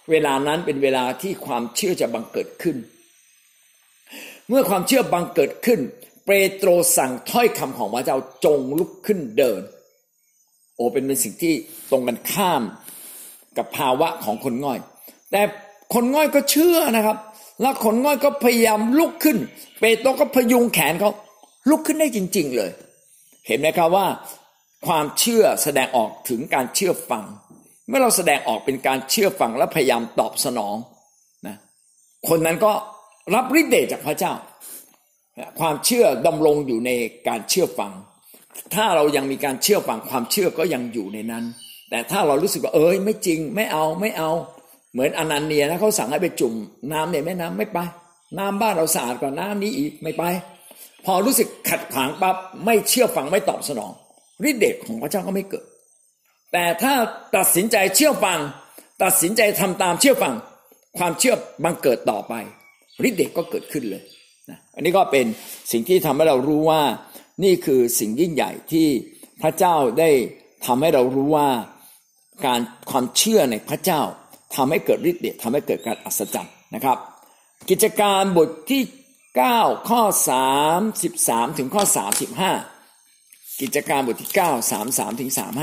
เวลานั้นเป็นเวลาที่ความเชื่อจะบังเกิดขึ้นเมื่อความเชื่อบังเกิดขึ้นเปโตรสั่งถ้อยคำของพระเจ้าจงลุกขึ้นเดินเป็นสิ่งที่ตรงกันข้ามกับภาวะของคนง่อยแต่คนง่อยก็เชื่อนะครับแล้วคนง่อยก็พยายามลุกขึ้นเปโตรก็พยุงแขนเขาลุกขึ้นได้จริงๆเลยเห็นไหมครับว่าความเชื่อแสดงออกถึงการเชื่อฟังเมื่อเราแสดงออกเป็นการเชื่อฟังและพยายามตอบสนองนะคนนั้นก็รับฤทธิ์เดชจากพระเจ้าความเชื่อดำรงอยู่ในการเชื่อฟังถ้าเรายังมีการเชื่อฟังความเชื่อก็ยังอยู่ในนั้นแต่ถ้าเรารู้สึกว่าไม่จริงไม่เอาเหมือนอนันเนียนะเขาสั่งให้ไปจุ่มน้ำในแม่น้ำไม่ไปน้ำบ้านเราสะอาดกว่าน้ำนี้อีกไม่ไปพอรู้สึกขัดขวางปั๊บไม่เชื่อฟังไม่ตอบสนองฤทธิ์เดชของพระเจ้าก็ไม่เกิดแต่ถ้าตัดสินใจเชื่อฟังตัดสินใจทำตามเชื่อฟังความเชื่อบังเกิดต่อไปฤทธิ์เดชก็เกิดขึ้นเลยนะอันนี้ก็เป็นสิ่งที่ทำให้เรารู้ว่านี่คือสิ่งยิ่งใหญ่ที่พระเจ้าได้ทำให้เรารู้ว่าความเชื่อในพระเจ้าทำให้เกิดฤทธิ์เดชทำให้เกิดการอัศจรรย์นะครับกิจการบทที่9ข้อ33ถึงข้อ35กิจการบทที่9 33ถึง35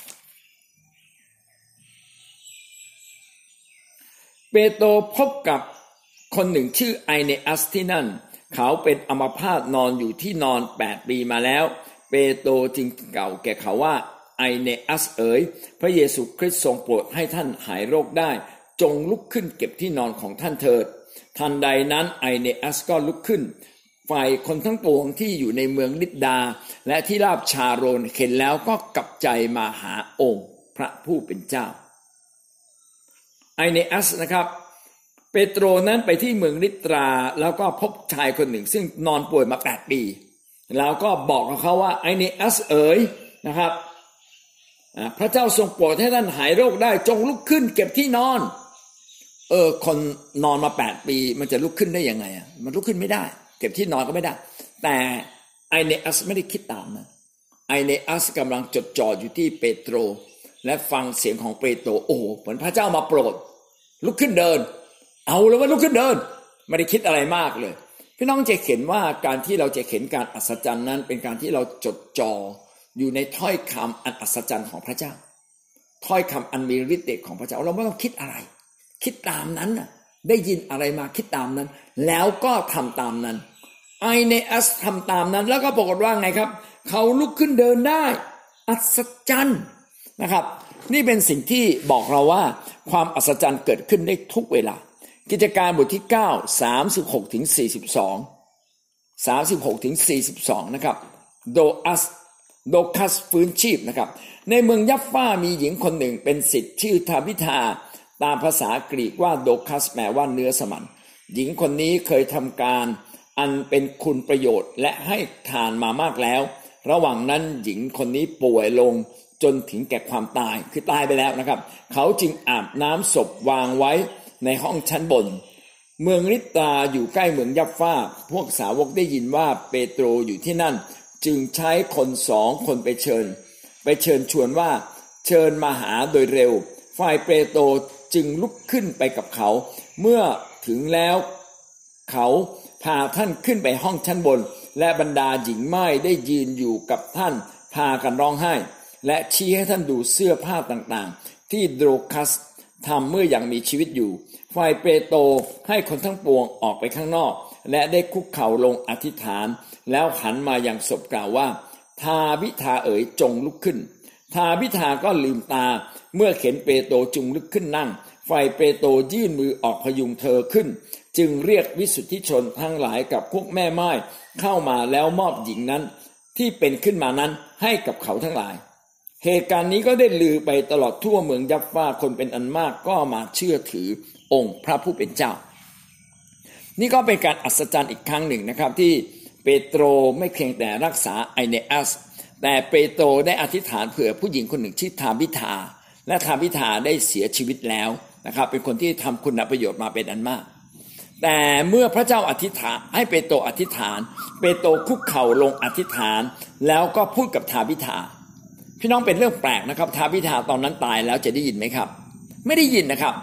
เปโตรพบกับคนหนึ่งชื่อไอเนอัสที่นั่นเขาเป็นอัมพาตนอนอยู่ที่นอน8 ปีมาแล้วเปโตรจึงกล่าวแก่เขาว่าไอเนอัสพระเยซูคริสต์ทรงโปรดให้ท่านหายโรคได้จงลุกขึ้นเก็บที่นอนของท่านเถิดทันใดนั้นไอเนอัสก็ลุกขึ้นฝ่ายคนทั้งปวงที่อยู่ในเมืองลิดดาและที่ราบชาโรนเห็นแล้วก็กลับใจมาหาองค์พระผู้เป็นเจ้าไอเนอัสนะครับเปโตรนั้นไปที่เมืองลิตราแล้วก็พบชายคนหนึ่งซึ่งนอนป่วยมา8 ปีแล้วก็บอกกับเขาว่าไอเนอัสนะครับพระเจ้าทรงโปรดให้ท่านหายโรคได้จงลุกขึ้นเก็บที่นอนคนนอนมา8 ปีมันจะลุกขึ้นได้ยังไงมันลุกขึ้นไม่ได้เก็บที่นอนก็ไม่ได้แต่ไอเนอัสไม่ได้คิดตามนะไอเนอัสกำลังจดจ่ออยู่ที่เปโตรและฟังเสียงของเปโตรเหมือนพระเจ้ามาโปรดลุกขึ้นเดินเอาแล้วว่าลุกขึ้นเดินไม่ได้คิดอะไรมากเลยพี่น้องจะเห็นว่าการที่เราจะเห็นการอัศจรรย์นั้นเป็นการที่เราจดจ่ออยู่ในถ้อยคำอันอัศจรรย์ของพระเจ้าถ้อยคำอันมีฤทธิ์เดชของพระเจ้าเราไม่ต้องคิดอะไรคิดตามนั้นได้ยินอะไรมาคิดตามนั้นแล้วก็ทำตามนั้นไอเนอัสทำตามนั้นแล้วก็ปรากฏว่าไงครับเขาลุกขึ้นเดินได้อัศจรรย์นะครับนี่เป็นสิ่งที่บอกเราว่าความอัศจรรย์เกิดขึ้นได้ทุกเวลากิจการบทที่9 36ถึง36ถึง42นะครับโดคัสฟื้นชีพนะครับในเมืองยัฟฟามีหญิงคนหนึ่งเป็นศิษย์ชื่อทาบิธาตามภาษากรีกว่าโดคัสแปลว่าเนื้อสมันหญิงคนนี้เคยทำการอันเป็นคุณประโยชน์และให้ทานมามากแล้วระหว่างนั้นหญิงคนนี้ป่วยลงจนถึงแก่ความตายคือตายไปแล้วนะครับเขาจึงอาบน้ำศพวางไว้ในห้องชั้นบนเมืองลิตราอยู่ใกล้เมืองยัฟฟาพวกสาวกได้ยินว่าเปโตรอยู่ที่นั่นจึงใช้คน2 คนไปเชิญชวนว่าเชิญมาหาโดยเร็วฝ่ายเปโตรจึงลุกขึ้นไปกับเขาเมื่อถึงแล้วเขาพาท่านขึ้นไปห้องชั้นบนและบรรดาหญิงม่ายได้ยืนอยู่กับท่านพากันร้องไห้และชี้ให้ท่านดูเสื้อผ้าต่างๆที่โดคัสทำเมื่อยังมีชีวิตอยู่ฝ่ายเปโตรให้คนทั้งปวงออกไปข้างนอกและได้คุกเข่าลงอธิษฐานแล้วหันมายังศพกล่าวว่าทาบิธาจงลุกขึ้นทาบิธาก็ลืมตาเมื่อเห็นเปโตรจึงลุกขึ้นนั่งฝ่ายเปโตรยื่นมือออกพยุงเธอขึ้นจึงเรียกวิสุทธิชนทั้งหลายกับพวกแม่ม่ายเข้ามาแล้วมอบหญิงนั้นที่เป็นขึ้นมานั้นให้กับเขาทั้งหลายเหตุการณ์นี้ก็ได้ลือไปตลอดทั่วเมืองยัฟฟาคนเป็นอันมากก็มาเชื่อถือองค์พระผู้เป็นเจ้านี่ก็เป็นการอัศจรรย์อีกครั้งหนึ่งนะครับที่เปโตรไม่เพียงแต่รักษาไอเนอัสแต่เปโตรได้อธิษฐานเผื่อผู้หญิงคนหนึ่งชื่อทาบิธาและทาบิธาได้เสียชีวิตแล้วนะครับเป็นคนที่ทำคุณประโยชน์มาเป็นอันมากแต่เมื่อพระเจ้าอธิษฐานให้เปโตรอธิษฐานเปโตรคุกเข่าลงอธิษฐานแล้วก็พูดกับทาบิธาพี่น้องเป็นเรื่องแปลกนะครับทาบิธาตอนนั้นตายแล้วจะได้ยินไหมครับไม่ได้ยินนะครับ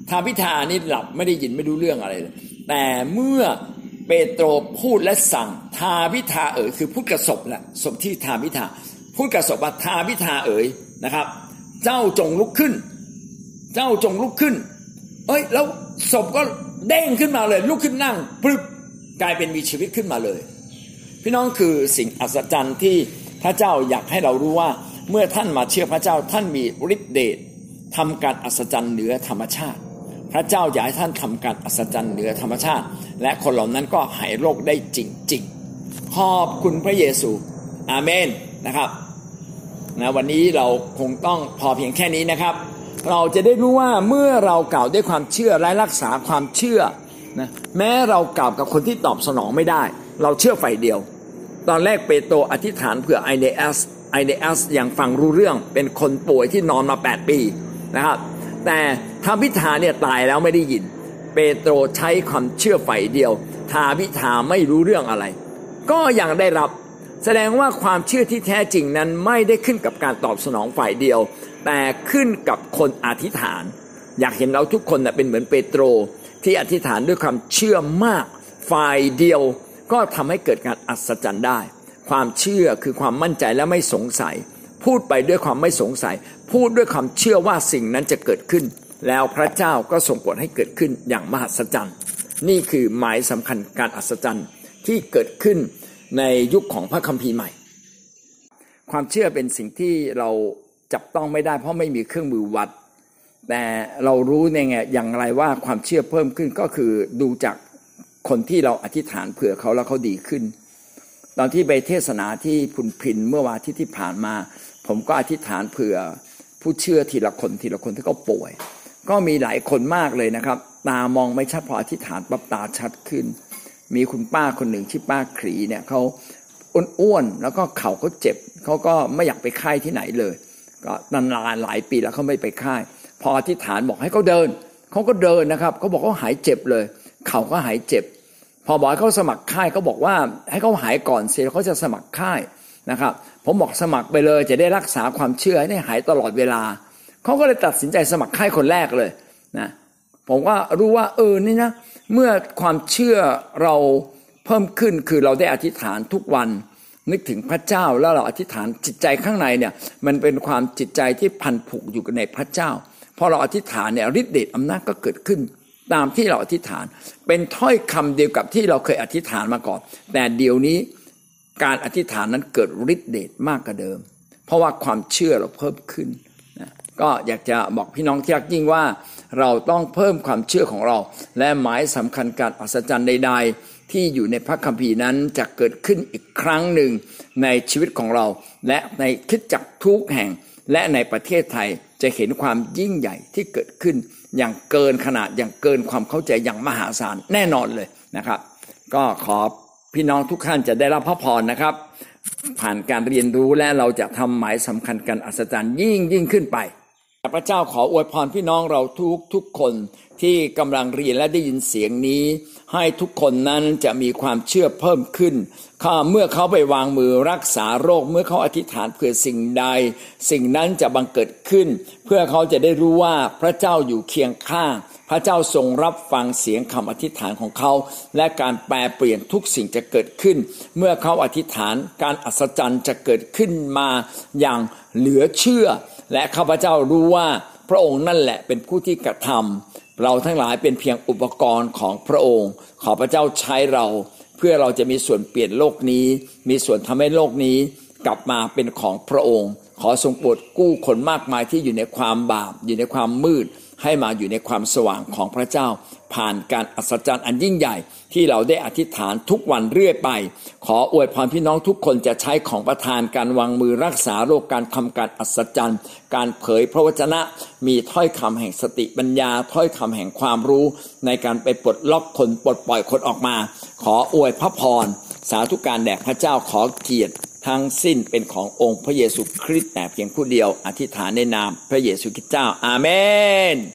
ทาบิธานี่หลับไม่ได้ยินไม่รู้เรื่องอะไรเลยแต่เมื่อเปโตรพูดและสั่งทาบิธาคือพูดกับศพแหละศพที่ทาบิธาพูดกับศพว่าทาบิธานะครับเจ้าจงลุกขึ้นเจ้าจงลุกขึ้นแล้วศพก็เด้งขึ้นมาเลยลุกขึ้นนั่งปึ๊บกลายเป็นมีชีวิตขึ้นมาเลยพี่น้องคือสิ่งอัศจรรย์ที่พระเจ้าอยากให้เรารู้ว่าเมื่อท่านมาเชื่อพระเจ้าท่านมีฤทธิ์เดชทำการอัศจรรย์เหนือธรรมชาติพระเจ้าอยากให้ท่านทำการอัศจรรย์เหนือธรรมชาติและคนเหล่านั้นก็หายโรคได้จริงๆขอบคุณพระเยซูอาเมนนะครับวันนี้เราคงต้องพอเพียงแค่นี้นะครับเราจะได้รู้ว่าเมื่อเรากล่าวด้วยความเชื่อและรักษาความเชื่อนะแม้เรากล่าวกับคนที่ตอบสนองไม่ได้เราเชื่อฝ่ายเดียวตอนแรกเปโตรอธิษฐานเผื่อไอเนอัสยังฟังรู้เรื่องเป็นคนป่วยที่นอนมา8 ปีนะครับแต่ทาบิธาเนี่ยตายแล้วไม่ได้ยินเปโตรใช้ความเชื่อฝ่ายเดียวทาบิธาไม่รู้เรื่องอะไรก็ยังได้รับแสดงว่าความเชื่อที่แท้จริงนั้นไม่ได้ขึ้นกับการตอบสนองฝ่ายเดียวแต่ขึ้นกับคนอธิษฐานอยากเห็นเราทุกคนเป็นเหมือนเปโตรที่อธิษฐานด้วยความเชื่อมากฝ่ายเดียวก็ทำให้เกิดการอัศจรรย์ได้ความเชื่อคือความมั่นใจและไม่สงสัยพูดไปด้วยความไม่สงสัยพูดด้วยความเชื่อว่าสิ่งนั้นจะเกิดขึ้นแล้วพระเจ้าก็ส่งผลให้เกิดขึ้นอย่างมหัศจรรย์นี่คือหมายสำคัญการอัศจรรย์ที่เกิดขึ้นในยุคของพระคัมภีร์ใหม่ความเชื่อเป็นสิ่งที่เราจับต้องไม่ได้เพราะไม่มีเครื่องมือวัดแต่เรารู้ในไงอย่างไรว่าความเชื่อเพิ่มขึ้นก็คือดูจากคนที่เราอธิษฐานเผื่อเขาแล้วเขาดีขึ้นตอนที่ไปเทศนาที่พุนพินเมื่อวันอาทิตย์ที่ผ่านมาผมก็อธิษฐานเผื่อผู้เชื่อทีละคนที่เขาป่วยก็มีหลายคนมากเลยนะครับตามองไม่ชัดพออธิษฐานปั๊บตาชัดขึ้นมีคุณป้าคนหนึ่งชื่อป้าขรีเนี่ยเขาอ้วนๆแล้วก็เข่าเขาเจ็บเขาก็ไม่อยากไปค่ายที่ไหนเลยก็นานหลายปีแล้วเขาไม่ไปค่ายพออธิษฐานบอกให้เขาเดินเขาก็เดินนะครับเขาบอกเขาหายเจ็บเลยเข่าก็หายเจ็บพอบอกให้เขาสมัครค่ายเขาบอกว่าให้เขาหายก่อนเสร็จเขาจะสมัครค่ายนะครับผมบอกสมัครไปเลยจะได้รักษาความเชื่อให้ได้หายตลอดเวลาเขาก็เลยตัดสินใจสมัครค่ายคนแรกเลยนะผมก็รู้ว่านี่นะเมื่อความเชื่อเราเพิ่มขึ้นคือเราได้อธิษฐานทุกวันนึกถึงพระเจ้าแล้วเราอธิษฐานจิตใจข้างในเนี่ยมันเป็นความจิตใจที่พันผูกอยู่ในพระเจ้าพอเราอธิษฐานเนี่ยฤทธิ์เดชอำนาจก็เกิดขึ้นตามที่เราอธิษฐานเป็นถ้อยคำเดียวกับที่เราเคยอธิษฐานมาก่อนแต่เดี๋ยวนี้การอธิษฐานนั้นเกิดฤทธิ์เดชมากกว่าเดิมเพราะว่าความเชื่อเราเพิ่มขึ้นนะก็อยากจะบอกพี่น้องที่รักยิ่งว่าเราต้องเพิ่มความเชื่อของเราและหมายสำคัญการอัศจรรย์ใดๆที่อยู่ในพระคัมภีร์นั้นจะเกิดขึ้นอีกครั้งหนึ่งในชีวิตของเราและในคริสตจักรทุกแห่งและในประเทศไทยจะเห็นความยิ่งใหญ่ที่เกิดขึ้นอย่างเกินขนาดอย่างเกินความเข้าใจอย่างมหาศาลแน่นอนเลยนะครับก็ขอพี่น้องทุกท่านจะได้รับพระพรนะครับผ่านการเรียนรู้และเราจะทำหมายสำคัญกันอัศจรรย์ยิ่งขึ้นไปพระเจ้าขออวยพรพี่น้องเราทุกคนที่กำลังเรียนและได้ยินเสียงนี้ให้ทุกคนนั้นจะมีความเชื่อเพิ่มขึ้นเมื่อเขาไปวางมือรักษาโรคเมื่อเขาอธิษฐานเพื่อสิ่งใดสิ่งนั้นจะบังเกิดขึ้นเพื่อเขาจะได้รู้ว่าพระเจ้าอยู่เคียงข้างพระเจ้าทรงรับฟังเสียงคำอธิษฐานของเขาและการแปลเปลี่ยนทุกสิ่งจะเกิดขึ้นเมื่อเขาอธิษฐานการอัศจรรย์จะเกิดขึ้นมาอย่างเหลือเชื่อและข้าพเจ้ารู้ว่าพระองค์นั่นแหละเป็นผู้ที่กระทำเราทั้งหลายเป็นเพียงอุปกรณ์ของพระองค์ขอพระเจ้าใช้เราเพื่อเราจะมีส่วนเปลี่ยนโลกนี้มีส่วนทำให้โลกนี้กลับมาเป็นของพระองค์ขอทรงโปรดกู้คนมากมายที่อยู่ในความบาปอยู่ในความมืดให้มาอยู่ในความสว่างของพระเจ้าผ่านการอัศจรรย์อันยิ่งใหญ่ที่เราได้อธิษฐานทุกวันเรื่อยไปขออวยพรพี่น้องทุกคนจะใช้ของประทานการวางมือรักษาโรคการทำการอัศจรรย์การเผยพระวจนะมีถ้อยคำแห่งสติปัญญาถ้อยคำแห่งความรู้ในการไปปลดล็อกคนปลดปล่อยคนออกมาขออวยพระพรสาธุการแด่พระเจ้าขอเกียรติทั้งสิ้นเป็นขององค์พระเยซูคริสต์แต่เพียงผู้เดียวอธิษฐานในนามพระเยซูคริสต์เจ้าอาเมน